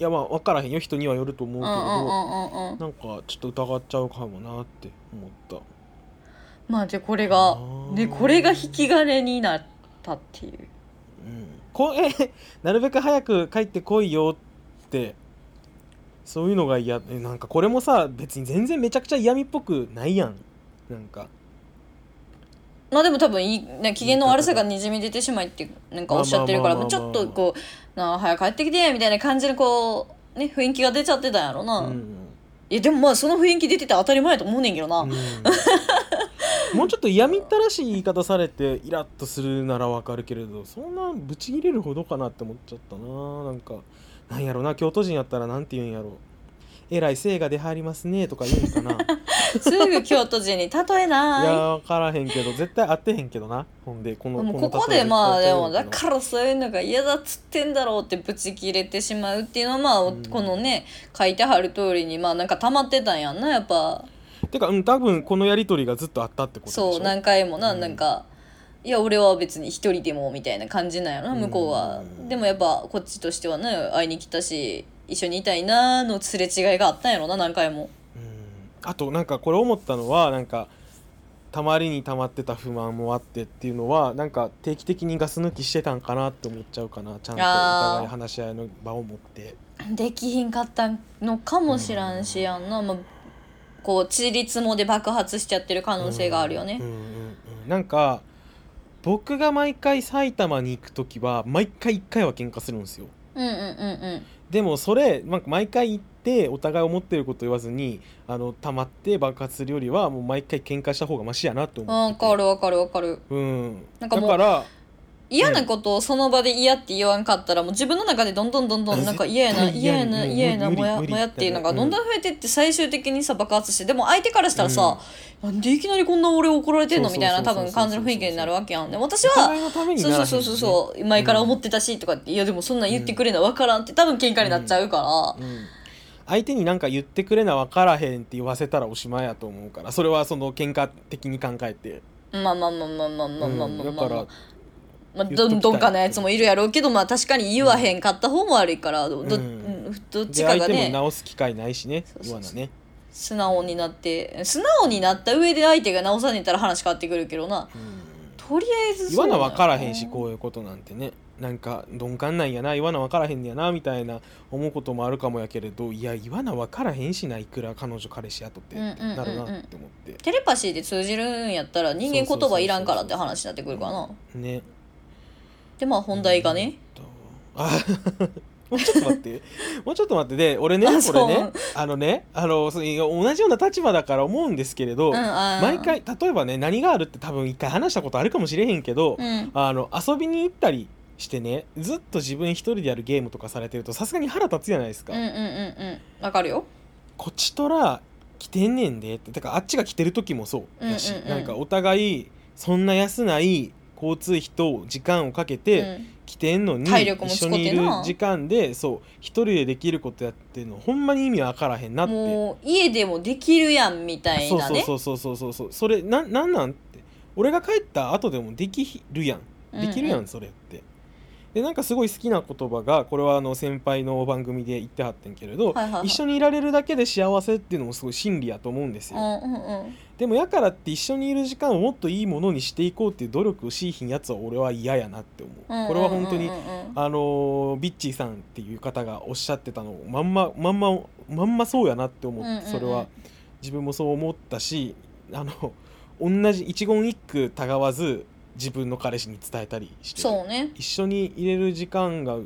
やまあ分からへんよ、人にはよると思うけれど、
うんうんうんうんうん。
なんかちょっと疑っちゃうかもなって思った。
まあでこれがでこれが引き金になったっていう、
うん、こえなるべく早く帰ってこいよってそういうのが嫌。えなんかこれもさ別に全然めちゃくちゃ嫌味っぽくないやん。なんか
まあでも多分いい、ね、機嫌の悪さがにじみ出てしまいってなんかおっしゃってるから
まあまあまあまあ
ちょっとこうなあ早く帰ってきてみたいな感じのこうね雰囲気が出ちゃってたんやろな、
うん、
いやでもまあその雰囲気出てて当たり前やと思うねんけどな、
うん、もうちょっと嫌みったらしい言い方されてイラッとするならわかるけれど、そんなブチ切れるほどかなって思っちゃったな。なんかなんやろな、京都人やったらなんて言うんやろ、えらい精が出はりますねとか言うんかな
すぐ京都人に例えない
いや分からへんけど絶対合ってへんけどな。ほんでこの
もう
この
ここでまあでもだ
ら
からそういうのが嫌だっつってんだろうってブチ切れてしまうっていうのはまあ、
うん
このね書いてはる通りにまあなんか溜まってたんやんなやっぱ。
てか、うん、多分このやり取りがずっとあったってことでしょ。
そう何回もな、
うん
なんかいや俺は別に一人でもみたいな感じなんやろな向こうは、
うん
でもやっぱこっちとしてはね会いに来たし一緒にいたいなーのすれ違いがあったんやろな何回も。
うん、あとなんかこれ思ったのはなんかたまりにたまってた不満もあってっていうのはなんか定期的にガス抜きしてたんかなって思っちゃうかな。ちゃんとお互い話し合いの場を持って
できひんかったのかもしらんしやんな、まあ、こうちりつもで爆発しちゃってる可能性があるよね、
うんうんうんうん、なんか僕が毎回埼玉に行く時は毎回いっかいは喧嘩するんですよ。
うんうんうんうん
でもそれなんか毎回行ってお互い思ってること言わずにあの溜まって爆発するよりはもう毎回喧嘩した方がマシやなと思
わ
ってて。
かるわかるわかる。
うん、
なんかもう
だから
嫌なことをその場で嫌って言わんかったらもう自分の中でどんどんどんどんなんか嫌やな
絶対
嫌やな
嫌
嫌やな
無理無理
もやもやっていうのが
うん
どんどん増えてって最終的にさ爆発して、でも相手からしたらさ、なんでいきなりこんな俺怒られてんのみたいな多分感じの雰囲気になるわけやん。で私
お
は
互いのためにならへんね
そうそうそうそうそう前から思ってたしとかって、いやでもそんなん言ってくれな分からんって多分喧嘩になっちゃうから、
うん、相手に何か言ってくれな分からへんって言わせたらおしまいやと思うから、それはその喧嘩的に考えて、
まあまあまあまあまあまあまあまあまあ、
うんだから
まあ、どんどんかなやつもいるやろうけど、まあ確かに言わへんかった方も悪いからど,、
うん
どうんどっち
で相手も
かがね
直す機会ないしね。
そうそうそう
言わなね。
素直になって素直になった上で相手が直さねえたら話変わってくるけどな、
うん
とりあえず
言わな分からへんしこういうことなんてね、なんか鈍感なんやな言わな分からへんやなみたいな思うこともあるかもやけれど、いや言わな分からへんしないくら彼女彼氏やとってってなるなって思って、
テレパシーで通じるんやったら人間言葉いらんからって話になってくるからな。
ね。
でまあ本題がね、
あもうちょっと待ってもうちょっと待ってで俺ね
あ
これね
そう
あのねあのそう同じような立場だから思うんですけれど、
うんあー
毎回例えばね何があるって多分一回話したことあるかもしれへんけど、
うん
あの遊びに行ったりしてねずっと自分一人でやるゲームとかされてるとさすがに腹立つじゃないですか、
うんうんうんうんわかるよ。
こっちとら来てんねんでってだからあっちが来てる時もそうだし、
うんうんうん
なんかお互いそんな安ない交通費と時間をかけて、
うん
来てんのに
体力も
一緒
使って
にいる
な
時間でそう一人でできることやってるのほんまに意味わからへんなって。
もう家でもできるやんみたい
そう
なね。
そうそうそうそうそうそれななんなんって俺が帰った後でもできるやんできるやん、
うんうん
それってでなんかすごい好きな言葉がこれはあの先輩の番組で言ってはってんけれど、
はいはいはい
一緒にいられるだけで幸せっていうのもすごい真理やと思うんですよ、
うんうんうん
でもやからって一緒にいる時間をもっといいものにしていこうっていう努力をしいひんやつは俺は嫌やなって思う。これは本当に
うんうんうんうん
あのービッチーさんっていう方がおっしゃってたのをまんままんままんまそうやなって思って、
うんうんうん
それは自分もそう思ったし、あの同じ一言一句たがわず自分の彼氏に伝えたりしてる
そうね。
一緒に入れる時間が、うん、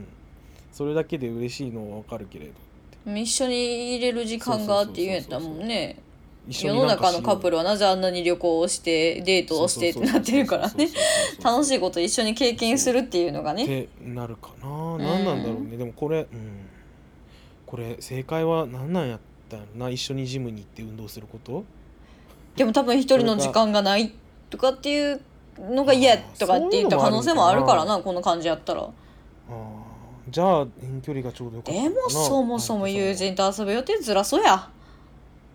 それだけで嬉しいのはわかるけれど
一緒に入れる時間がって言うんやったらもうね世の
一緒になんか
中のカップルはなぜあんなに旅行をしてデートをしてってなってるからね、楽しいこと一緒に経験するっていうのがね。
ってなるかな。何なんだろうね、でもこれ、うん、これ正解は何なんやったんやろな。一緒にジムに行って運動すること。
でも多分一人の時間がないとかっていうのが嫌とかって言った可能性もあるからな、この感じやったら。
ああじゃあ遠距離がちょうどよかった
で
のかな。
もそもそも友人と遊ぶ予定ずらそうや。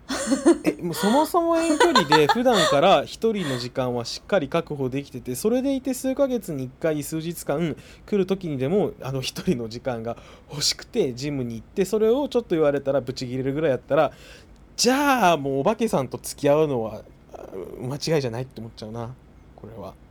えもうそもそも遠距離で普段から一人の時間はしっかり確保できてて、それでいて数ヶ月にいっかい数日間来る時にでもあの一人の時間が欲しくてジムに行って、それをちょっと言われたらブチ切れるぐらいやったら、じゃあもうお化けさんと付き合うのはあ間違いじゃないって思っちゃうなこれは。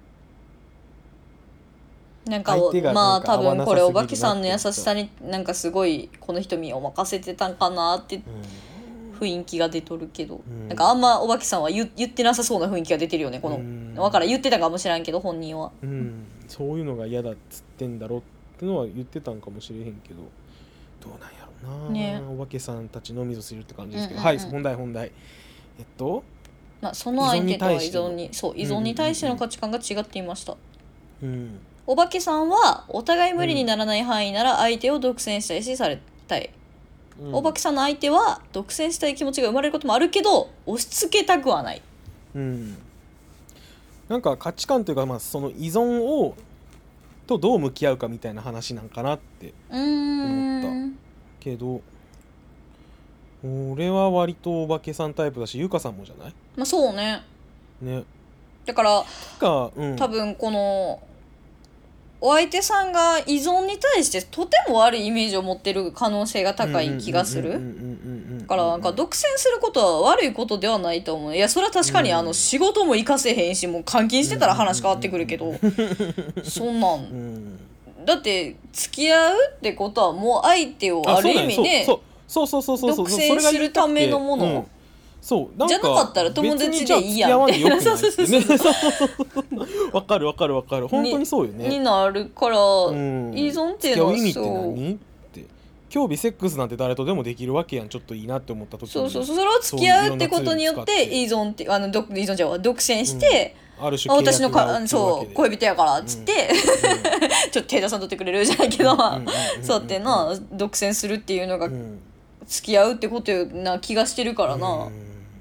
なんか
相手が
まあ
なんか
多分これお
合わなさすぎるな
ばけさんの優しさになんかすごいこの人にお任せてたんかなって
うん
雰囲気が出とるけど、
ん
なんかあんまおばけさんは言言ってなさそうな雰囲気が出てるよねこの、
うん
わからん言ってたかもしれんけど本人は。
うん、そういうのが嫌だっつってんだろってのは言ってたんかもしれへんけど、どうなんやろな、
ね
お化けさんたちのみぞ知るって感じですけど、
うんうんうん
はい本題本題えっと
まあ、その相手とは依
依存に対しての
存にそう依存に対しての価値観が違っていました。
うん
おばけさんはお互い無理にならない範囲なら相手を独占したいしされたい、
うん
おばけさんの相手は独占したい気持ちが生まれることもあるけど押し付けたくはない。
うんなんか価値観というか、まあ、その依存をとどう向き合うかみたいな話なんかなって
うーん
けど、俺は割とお化けさんタイプだし、ゆかさんもじゃない
まあそうね。
ね。
だから
か、うん、
多分このお相手さんが依存に対してとても悪いイメージを持ってる可能性が高い気がする。だからなんか独占することは悪いことではないと思う。いやそれは確かにあの仕事も活かせへんし、もう監禁してたら話変わってくるけど、そんなん
うん
だって付き合うってことはもう相手をある意味ね
そうそうそうそうそう
独占するためのもの、
うんそうなんか
じゃなかったら友達でいいやん
別にじゃあ付き合わんでよくないってね
そうそう
わかるわかるわかる本当にそうよね
になるから、
うん
依存っていうのは
付き合う意味って
そう
何って興味セックスなんて誰とでもできるわけやん、ちょっといいなって思った時に
そうそうそうそれを付き合うってことによって依
存
存ってあの独依存じゃん独占して、
ある種
私の
契約が
か
起きるわけで
そう恋人やからっつって、ちょっと手出さんとってくれるじゃないけど、
うんうんうんうん
そうやってな独占するっていうのが
うん
付き合うってことな気がしてるからな、
うん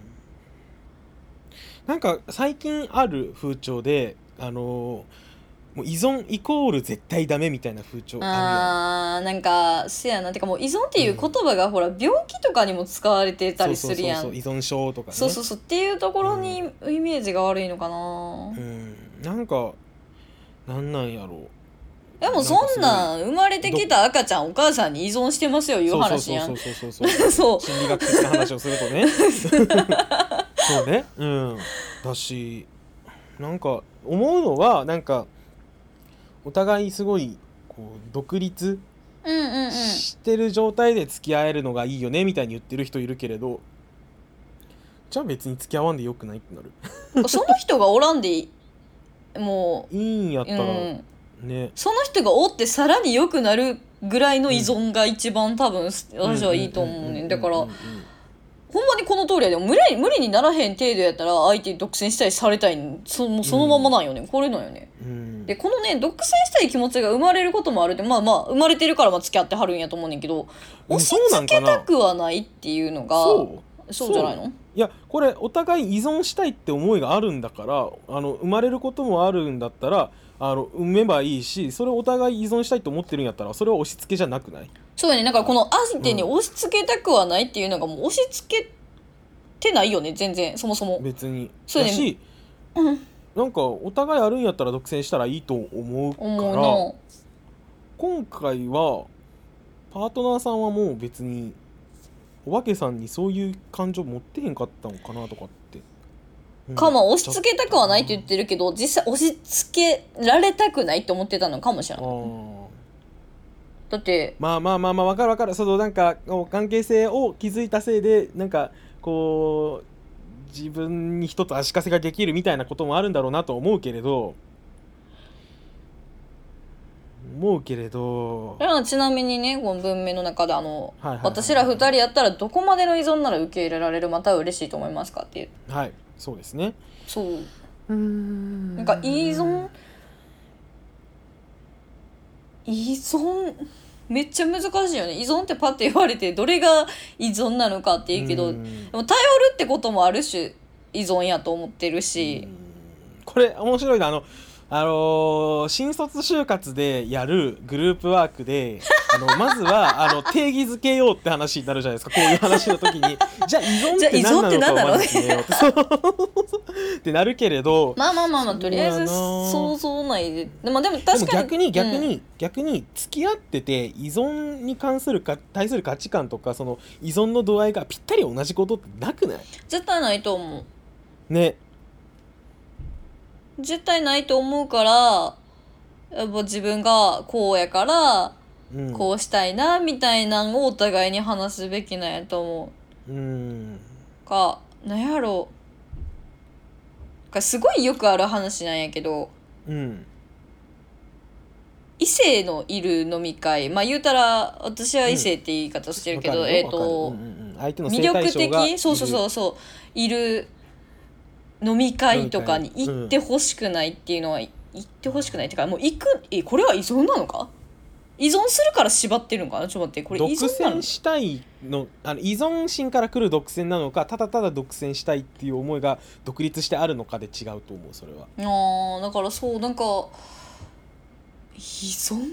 なんか最近ある風潮であのーもう依存イコール絶対ダメみたいな風潮あ
あーなんかせやなてかもう依存っていう言葉がほら病気とかにも使われてたり
るやん。
するやん。
そうそうそうそう依存症とかね。
そうそうそうっていうところにイメージが悪いのかな、
うんなんかなんなんやろう。
でもそんなん生まれてきた赤ちゃんお母さんに依存してますよいう話やん。
そうそうそうそうそう
そう
心理学的な話をするとねそうねうんだしなんか思うのはなんかお互いすごいこう独立
うんうんうん
してる状態で付き合えるのがいいよねみたいに言ってる人いるけれど、じゃあ別に付き合わんでよくないってなる。
なんかその人がおらんでいいも
いいんやっ
う、
たら
うん、
ね、
その人がおってさらに良くなるぐらいの依存が一番多分私はいいと思うねん。だから
うんうんうん
ほんまにこの通りやでも無理無理にならへん程度やったら相手に独占したりされたいんそもうそのままなんよね、これなんよね。
うん
でこのね独占したい気持ちが生まれることもあるってまあまあ生まれてるからまあ付き合ってはるんやと思うねんけど、
うん
押し
そうなんかな
付けたくはないっていうのが
そう
そうじゃないの？
いやこれお互い依存したいって思いがあるんだからあの生まれることもあるんだったらあの産めばいいし、それをお互い依存したいと思ってるんやったらそれは押し付けじゃなくない？
そうやね。だからこの相手に押し付けたくはないっていうのがもう押し付けてないよね全然そもそも。
別に
そうやね
だし、
うん
なんかお互いあるんやったら独占したらいいと思う
思う
から
な。
今回はパートナーさんはもう別にお化けさんにそういう感情持ってへんかったのかなとかって
かまあ押し付けたくはないって言ってるけど実際押し付けられたくないって思ってたのかもしれ
あ
ない。
ー
だって
まあまあまあまあ分かる分かる。そのなんかこう関係性を築いたせいでなんかこう自分に一つ足かせができるみたいなこともあるんだろうなと思うけれど思うけれど
いやちなみにねこの文明の中であの、
はいはいはい
私ら二人やったらどこまでの依存なら受け入れられるまたは嬉しいと思いますかっていう
はいそうですね。
そう
うーん
なんか依存依存めっちゃ難しいよね。依存ってパッて言われてどれが依存なのかって言うけど、で
うん
も頼るってこともある種依存やと思ってるし、
これ面白いな。あのあのー新卒就活でやるグループワークであのまずはあの定義づけようって話になるじゃないですか。こういう話の時にじゃあ依存って何なのかをまず決めようってそうってなるけれど、
まあまあまあまあとりあえず
そうやな
想像内ででもでも
で
確かに
も逆に逆に、
うん
逆に付き合ってて依存に関するか対する価値観とかその依存の度合いがぴったり同じことってなくない？
絶対ないと思う
ね。
絶対ないと思うからやっぱ自分がこうやから
うん、
こうしたいなみたいなのをお互いに話すべきなんやと思
ううん
うかなんやろうかすごいよくある話なんやけど
うん
異性のいる飲み会まあ言うたら私は異性って言い方してるけど、
わかるよ
えっ、と、
わかるうんうんうん相手の
魅
性対
力
象がいる
的そうそうそうそういる飲み会とかに行ってほしくないっていうのは、行ってほしくないっていうかもう行くえこれは依存なのか依存するから縛ってるのかなちょっと待ってこれ依
独
存なの
占したいのあの依存心から来る独占なのかただただ独占したいっていう思いが独立してあるのかで違うと思うそれは。
あーだからそうなんか依存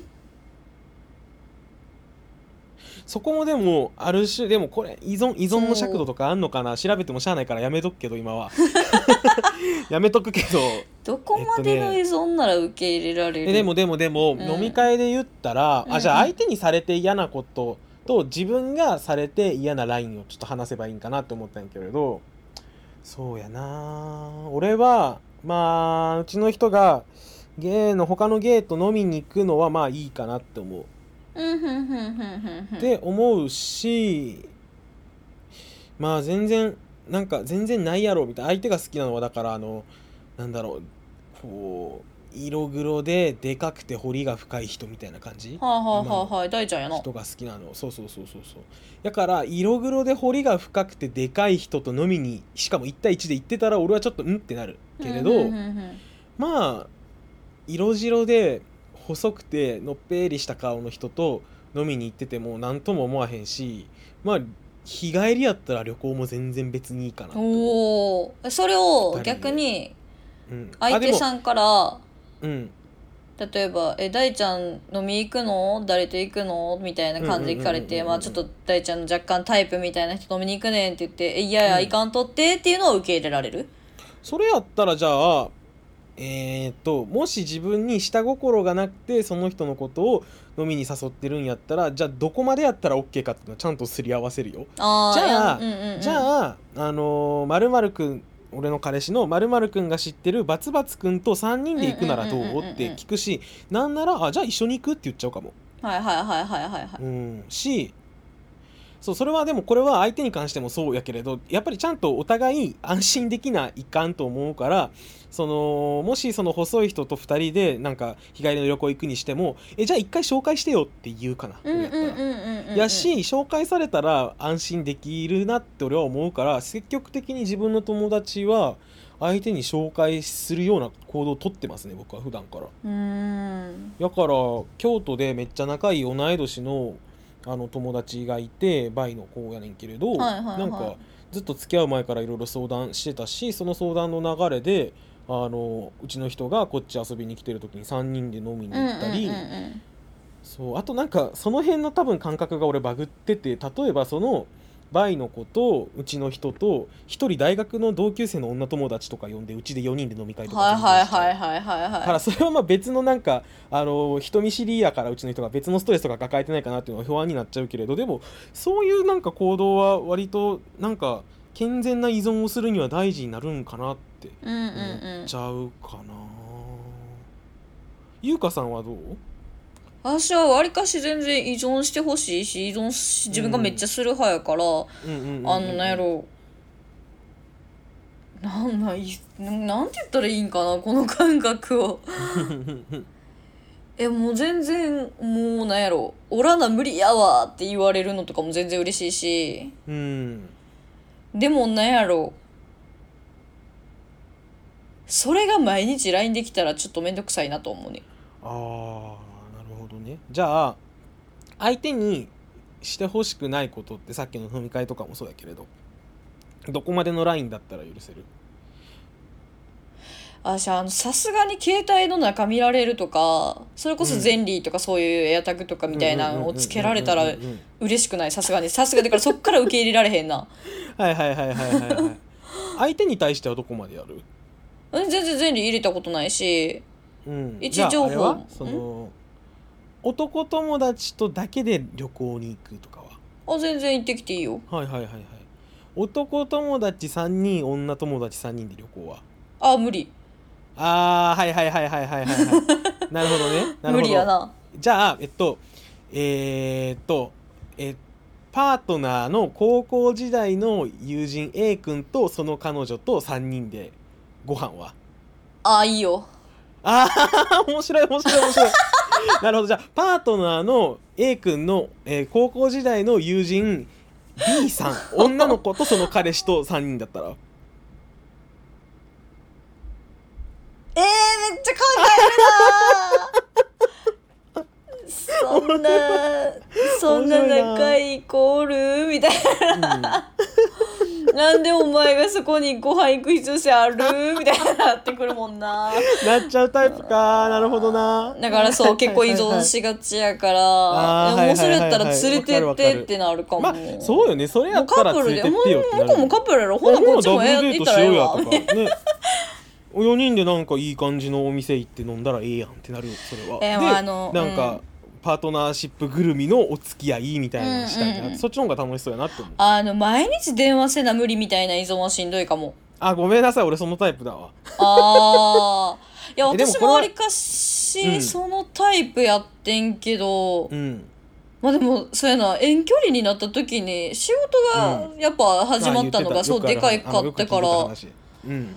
そこもでもある種でもこれ依存依存の尺度とかあんのかな調べてもしゃあないからやめとくけど今はやめとくけど
どこまでの依存なら受け入れられる、
えでもでもでも、
うん
飲み会で言ったら、
うん
あじゃあ相手にされて嫌なことと自分がされて嫌なラインをちょっと話せばいいんかなって思ったんやけれどそうやな俺はまあうちの人がゲイの他のゲイと飲みに行くのはまあいいかなって思う
うんふんふんふんふんふん
って思うしまあ全然なんか全然ないやろみたいな相手が好きなのはだからあのなんだろうこう色黒ででかくて彫りが深い人みたいな感じ
はいはい
今の
はいはい大ちゃんやな
人が好きなのそうそうそうそうそうだから色黒で彫りが深くてでかい人と飲みにしかもいち対いちで行ってたら俺はちょっとうんってなるけれど、
うんうんうんうん
まあ色白で細くてのっぺりした顔の人と飲みに行ってても何とも思わへんしまあ日帰りやったら旅行も全然別にいいかなと思う、
おおそれを逆に
うん、
相手
ん
さんから
うん
例えば「え大ちゃん飲み行くの誰と行くの?」みたいな感じで聞かれて「
うんうんうんうんうん
まあちょっと大ちゃんの若干タイプみたいな人飲みに行くねん」って言って「えいやいや
うん
いかんとって」っていうのを受け入れられる
それやったらじゃあえー、っともし自分に下心がなくてその人のことを飲みに誘ってるんやったらじゃあどこまでやったら OK かっていうのはちゃんとすり合わせるよ。
あー
じゃあ
いやうんうんうん、
じゃああの〇〇くん俺の彼氏の〇〇くんが知ってるバツバツくんとさんにんで行くならど
うんうんうんうんうん
うって聞くしなんならあじゃあ一緒に行くって言っちゃうかも。
はいはいはいはいはいはい
うんしそうそれはでもこれは相手に関してもそうやけれどやっぱりちゃんとお互い安心できないかんと思うからそのもしその細い人とふたりでなんか日帰りの旅行行くにしてもえじゃあ一回紹介してよって言うかな、
うんうんうん
俺やったら
うんうん
やし紹介されたら安心できるなって俺は思うから積極的に自分の友達は相手に紹介するような行動をとってますね僕は普段から。
うーん
だから京都でめっちゃ仲いい同い年のあの友達がいてバイの子やねんけれど、
はいはいはい
なんかずっと付き合う前からいろいろ相談してたしその相談の流れであのうちの人がこっち遊びに来てる時にさんにんで飲みに行ったり、
うんうんうんうん
そうあとなんかその辺の多分感覚が俺バグってて例えばそのバイの子とうちの人と一人大学の同級生の女友達とか呼んでうちでよにんで飲み会とか
はいはい
全然しちゃう
はいはいはいはい
だからそれはまあ別のなんかあの人見知りやからうちの人が別のストレスとか抱えてないかなっていうのは不安になっちゃうけれどでもそういうなんか行動は割となんか健全な依存をするには大事になるんかなって
うんうん
思
うん
っちゃうかな、ゆうかさんはどう？
私はわりかし全然依存してほしいし依存し自分がめっちゃする派やから、
うんうんうんうん
あのなんやろなんなんいなんて言ったらいいんかなこの感覚をえもう全然もうなんやろおらな無理やわって言われるのとかも全然嬉しいし
うん
でもなんやろそれが毎日 ライン できたらちょっとめんどくさいなと思うね
ああなるほどねじゃあ相手にしてほしくないことってさっきの飲み会とかもそうやけれどどこまでのラインだったら許せる？
私あのさすがに携帯の中見られるとか、それこそゼンリーとかそういうエアタグとかみたいなのをつけられたら嬉しくない？さすがにさすがだからそっから受け入れられへんな。
はいはいはいはいはいはい相手に対してはどこまでやる？
全然ゼンリー入れたことないし、
うん、
位置情報
じゃああれはその男友達とだけで旅行に行くとかは？
あ全然行ってきていいよ。
はいはいはいはい。男友達さんにん女友達さんにんで旅行は？
あ無理。
あーはいはいはいはいはいはいはいなるほどねなるほど。
無理やな。
じゃあえっとえー、っとえパートナーの高校時代の友人 A 君とその彼女とさんにんでご飯は？
あいいよ。
ああ面白い面白い面白いなるほど。じゃあパートナーの A 君の、えー高校時代の友人 B さん女の子とその彼氏とさんにんだったら？
えー、めっちゃ考えるなそんなそんな仲いい子おるみたいな、うん、なんでお前がそこにご飯行く必要性あるみたいになってくるもんな
なっちゃうタイプか。なるほどな。
だからそう結構依存しがちやから
あー
でももうそれやったら
はいはいはい
連れてってってなるかも、
まあそうよね。それやったら連れてってよってなる。
もうカップルでもう向こうもカップルやろほなこっちもええ行ったらええわ
ダブルデートしようやとかねよにんでなんかいい感じのお店行って飲んだらええやんってなるよそれは。
えーまああの
でなんか、
うん
パートナーシップぐるみのお付き合いみたいなのしたいな、
うんうんうん、
そっちの方が楽しそうやなって思う。
あの毎日電話せな無理みたいな依存はしんどいかも。
あごめんなさい俺そのタイプだわ。
あーいや
えでも
私
これは
もわりかし、
うん
そのタイプやってんけど、
うん
まあでもそうやな遠距離になった時に仕事がやっぱ始まったのがそうでかいかったから、
うん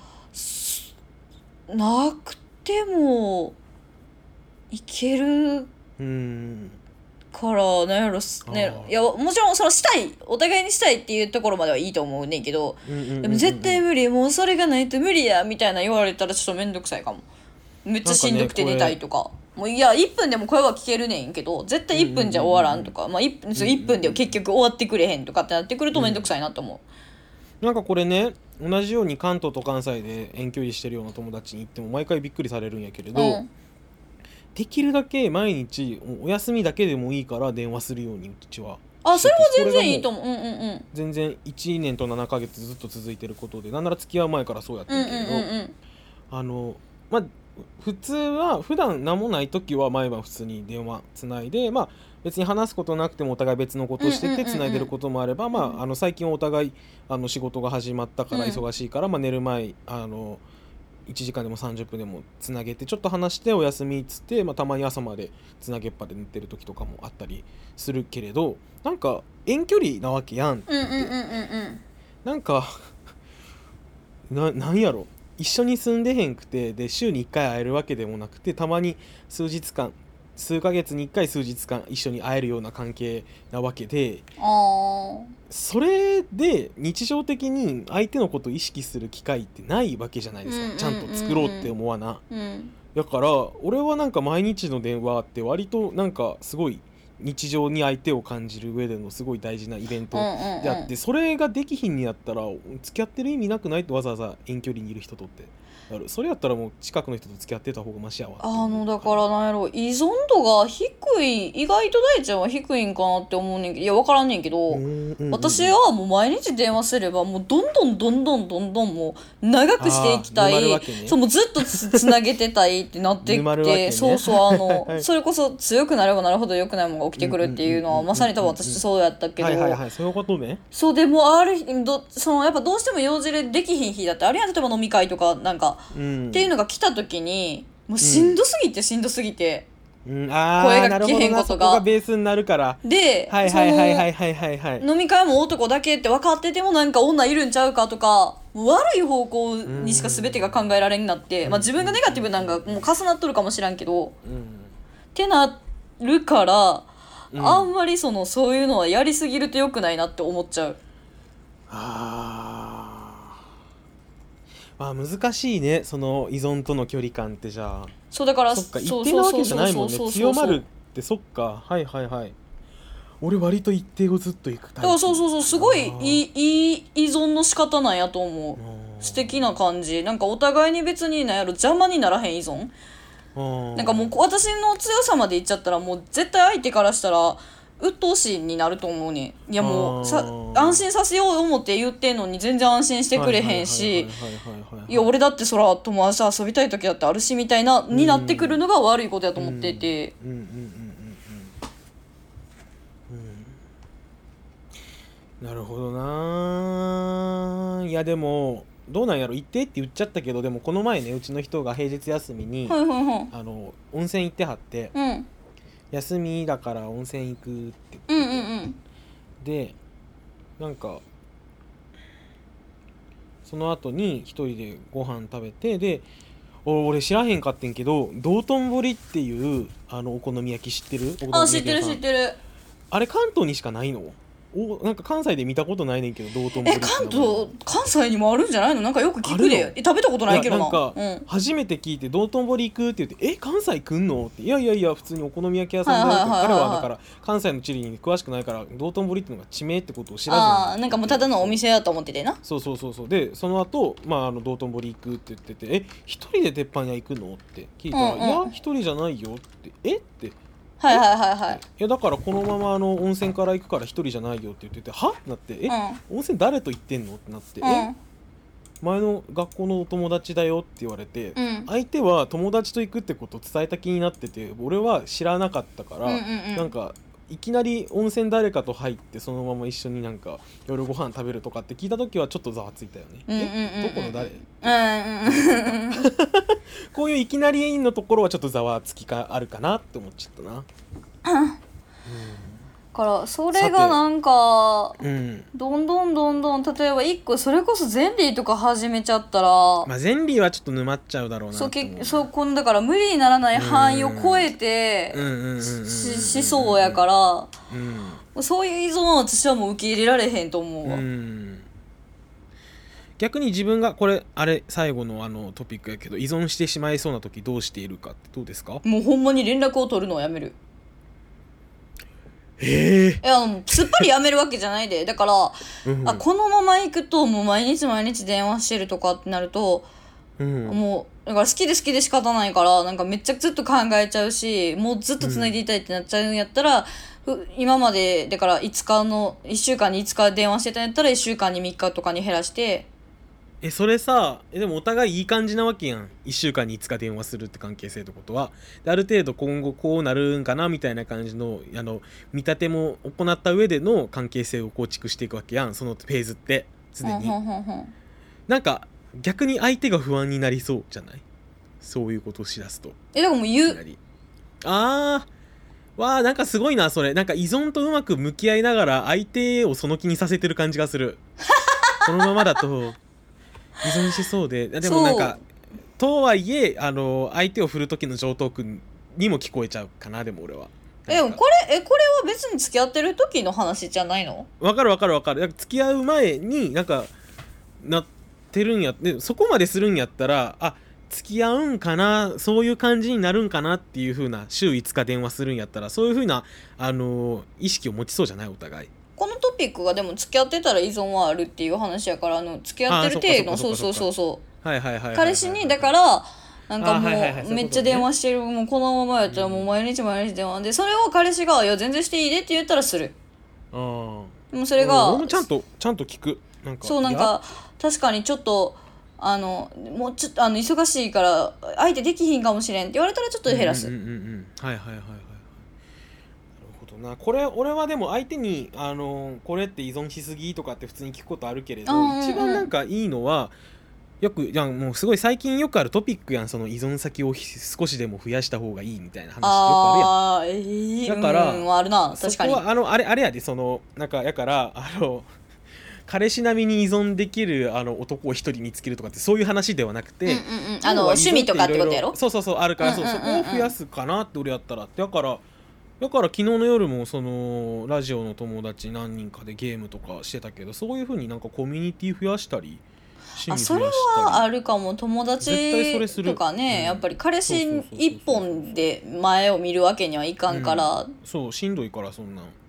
なくてもいける
うん
からなんやろね。
あー
いやもちろんそのしたいお互いにしたいっていうところまではいいと思うねんけど、
うんうんうんうん
でも絶対無理もうそれがないと無理やみたいな言われたらちょっとめんどくさいかも。めっちゃしんどくて寝たいとか、もういやいっぷんでも声は聞けるねんけど絶対いっぷんじゃ終わらんとか、まあ 1, 分そういっぷんで結局終わってくれへんとかってなってくるとめんどくさいなと思う。
なんかこれね同じように関東と関西で遠距離してるような友達に行っても毎回びっくりされるんやけれど、
うん
できるだけ毎日お休みだけでもいいから電話するようにうちは
あそれは全然いいと
思う。
思う。うんうんうん
全然いちねんとななかげつずっと続いてることでなんなら付き合う前からそうやって
うんうん
るけれど、
うんうん
あのまあ普通は普段何もない時は毎晩普通に電話つないで、まあ別に話すことなくてもお互い別のことをしててつないでることもあれば、まああの最近はお互いあの仕事が始まったから忙しいから、まあ寝る前あのいちじかんでもさんじゅっぷんでもつなげてちょっと話してお休みっつって、まあ、たまに朝までつなげっぱで寝てる時とかもあったりするけれど、なんか遠距離なわけやん。
うんうんうんうんうん
なんかななんやろ一緒に住んでへんくてで週にいっかい会えるわけでもなくてたまに数日間数ヶ月にいっかい数日間一緒に会えるような関係なわけで、
あー
それで日常的に相手のことを意識する機会ってないわけじゃないですか、
うんうんうんうん
ちゃんと作ろうって思わな。
うん
だから俺はなんか毎日の電話って割となんかすごい日常に相手を感じる上でのすごい大事なイベント
うんうんうん
であって、それができひんにやったら付き合ってる意味なくないってわざわざ遠距離にいる人とってなる。それやったらもう近くの人と付き合ってた方がマシやわって思う
あのだからなんやろ依存度が低い意外と大ちゃんは低いんかなって思うねんけどいや分からんねんけど、
うんうんうん
私はもう毎日電話すればもうどんどんどんどんどんどんもう長くしていきた
あー沼る
い、
わけね
そうもうずっとつつなげてたいってなってきて、
沼るわけね
そうそうあの、
はい
それこそ強くなればなるほど良くないものが起きてくるっていうのは
うんうんうんうん
まさに多分私そうやったけど、
はいはいはいそういうことね。
そうでもある日どそのやっぱどうしても用事でできひん日だってあるいは例えば飲み会とかなんか、
うん
っていうのが来た時にもうしんどすぎてしんどすぎて、
うんあ
声が
ーなるほど
聞けへん
なそこ
ことが
がベースになるから
で、
はいはいはいはいはいはいはい
その飲み会も男だけって分かっててもなんか女いるんちゃうかとかもう悪い方向にしか全てが考えられんなって、まあ、自分がネガティブなんかもう重なっとるかもしらんけど、
うん
ってなるから、
うん
あんまりそのそういうのはやりすぎると良くないなって思っちゃう。
あーまあ難しいねその依存との距離感ってじゃあ
そうだから
そっか一
そう
定なわけじゃないもんね
そうそうそうそう
強まるってそっかはいはいはい俺割と一定をずっと行くタイプ。
だからそうそうそう、すごい
あー
いいいい依存の仕方なんやと思う。
あー
素敵な感じ。なんかお互いに別になんやろ邪魔にならへん依存。
あー
なんかもう私の強さまで言っちゃったらもう絶対相手からしたら鬱陶しいになると思うね。いやもうさ
あー
安心させようと思って言ってんのに全然安心してくれへんし、
はいはいはいはいはい
いや俺だってそら友達と遊びたい時だってあるしみたいなになってくるのが悪いことやと思ってて、
うんうんうんうんうんうん。なるほどな。いやでもどうなんやろ、行ってって言っちゃったけど、でもこの前ねうちの人が平日休みに、
はいはいはい
あの温泉行ってはって、
うん
休みだから温泉行くって
うん
言ってて、
うんうん
でなんかその後に一人でご飯食べて、でお俺知らへんかってんけど道頓堀っていうあのお好み焼き知ってる？お好み
あ
焼き屋さん
知ってる知ってる。
あれ関東にしかないの？おなんか関西で見たことないねんけど道頓堀
え
って名前
関東関西にもあるんじゃないの？なんかよく聞く
ある
で。え食べたことないけどな。
いやなんか、
うん
初めて聞いて道頓堀行くって言ってえ関西来んのっていやいやいや普通にお好み焼き屋さんだよって、
はいはいはいはい
彼はだから関西の地理に詳しくないから道頓堀っていうのが地名ってことを知らずに
あーなんかもうただのお店やと思っててな。
そうそうそうそうでその後、まああの道頓堀行くって言っててえ一人で鉄板屋行くのって聞いたら、
うんうん
いや一人じゃないよってえって
はいはいはいはい。
いやだからこのままあの温泉から行くから一人じゃないよって言っててはってなってえ、
うん
温泉誰と行ってんのってなって、
うん
え前の学校のお友達だよって言われて、
うん
相手は友達と行くってことを伝えた気になってて俺は知らなかったから、
うんうんうん
なんかいきなり温泉誰かと入ってそのまま一緒になんか夜ご飯食べるとかって聞いた時はちょっとざわついたよね、
うんうんうんうん
えどこの誰
うんうんうん
こういういきなりのところはちょっとざわつきがあるかなって思っちゃったな
からそれがなんか
うん
どんどんどんどん例えば一個それこそゼンリーとか始めちゃったら、
まあゼンリーはちょっと沼っちゃうだろうな
そう
と思う
けそうこんだから無理にならない範囲を超えて
うんうんうんうんうん
ししそうやから
うん
そういう依存は私はもう受け入れられへんと思うわ、
うん逆に自分がこれあれ最後のあのトピックやけど依存してしまいそうな時どうしているかってどうですか？
もうほんまに連絡を取るのをやめる。
ええ
いやもうすっぱりやめるわけじゃないでだから、
うん
あこのまま行くともう毎日毎日電話してるとかってなると、
うん
もうだから好きで好きで仕方ないからなんかめっちゃずっと考えちゃうしもうずっと繋いでいたいってなっちゃうんやったら、ふ今までだからいつかのいっしゅうかんにいつか電話してたんやったらいっしゅうかんにみっかとかに減らして
えそれさえでもお互いいい感じなわけやん。いっしゅうかんにいつか電話するって関係性ってことはである程度今後こうなるんかなみたいな感じのあの見立ても行った上での関係性を構築していくわけやん、そのフェーズってすでに、
ほんほんほんほん
なんか逆に相手が不安になりそうじゃない？そういうことをしだすと
えだからもう言う
いきなりあーわーなんかすごいなそれ。なんか依存とうまく向き合いながら相手をその気にさせてる感じがするこのままだと依存しそうででもなんかとはいえあの相手を振る時の上等句にも聞こえちゃうかな。でも俺は
えでもこれえこれは別に付き合ってる時の話じゃないの？
わかるわかるわかる。なんか付き合う前になんかなってるんやでそこまでするんやったらあ付き合うんかなそういう感じになるんかなっていう風な週いつか電話するんやったらそういう風なあの意識を持ちそうじゃないお互い。
このトピックがでも付き合ってたら依存はあるっていう話やからあの付き合ってる程度の
あーそ
そう
っかそっかそっか
そうそうそう
はいはいはいはいはい
彼氏にだからなんかも
あはいはいはいそういうことね
うめっちゃ電話してるもうこのままやったらもう毎日毎日電話でそれを彼氏が「いや全然していいで」って言ったらする。
あー
でもそれが
俺もちゃんとちゃんと聞くなんか
そうなんか確かにちょっとあのもうちょっとあの忙しいから相手できひんかもしれんって言われたらちょっと減らす。
うんうんうんうんはいはいはいはいはいなるほどな。これ俺はでも相手にあのこれって依存しすぎとかって普通に聞くことあるけれど、
うんうんうん
一番なんかいいのはよくいやもうすごい最近よくあるトピックやん。その依存先を少しでも増やした方がいいみたいな話よくあるやん。
あーえー、
だから
うんあるな確かに
そこはあのあれあれやでそのなんかやからあの彼氏並みに依存できるあの男を一人見つけるとかってそういう話ではなくて、
うんうんうんあの趣味とかってことやろ。
そうそうそうあるから、
うんうんうんうん
そうそこを増やすかなって俺やったらだからだから昨日の夜もそのラジオの友達何人かでゲームとかしてたけどそういう風になんかコミュニティ増やしたり趣味増やしたり
あそれはあるかも友
絶対それする
達とかね、
うん
やっぱり彼氏
そうそうそうそう
一本で前を見るわけにはいかんから、
そうしんどいからそんなん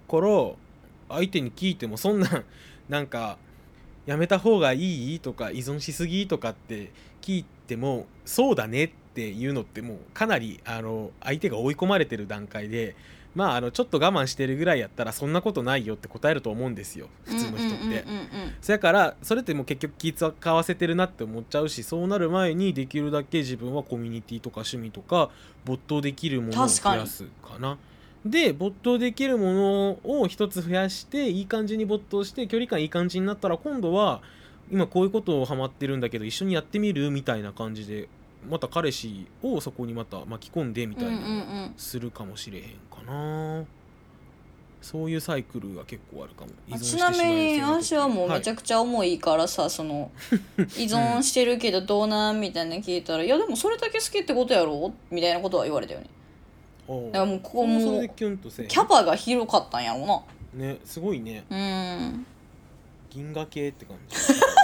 から相手に聞いてもそんななんかやめた方がいいとか依存しすぎとかって聞いてもそうだねっていうのってもうかなりあの相手が追い込まれてる段階で、まああのちょっと我慢してるぐらいやったらそんなことないよって答えると思うんですよ普通の人って、
うんうんうんうんうん
そやからそれってもう結局気使わせてるなって思っちゃうし、そうなる前にできるだけ自分はコミュニティとか趣味とか没頭できるものを増やすかな。で没頭できるものを一つ増やしていい感じに没頭して距離感いい感じになったら、今度は今こういうことをハマってるんだけど一緒にやってみるみたいな感じでまた彼氏をそこにまた巻き込んでみたいな
うんうんうん
するかもしれへんかな。そういうサイクルが結構あるかも。依存して
ちなみに
しまいそうな時
私はもうめちゃ
く
くちゃ重いからさ、その依存してるけどどうなんみたいな聞いたら、いやでもそれだけ好きってことやろみたいなことは言われたよね。
はい、
だからもうここも
それでキュンとせえへん
キャパが広かったんやろうな。
ね、すごいね。
うん
銀河系って感じ。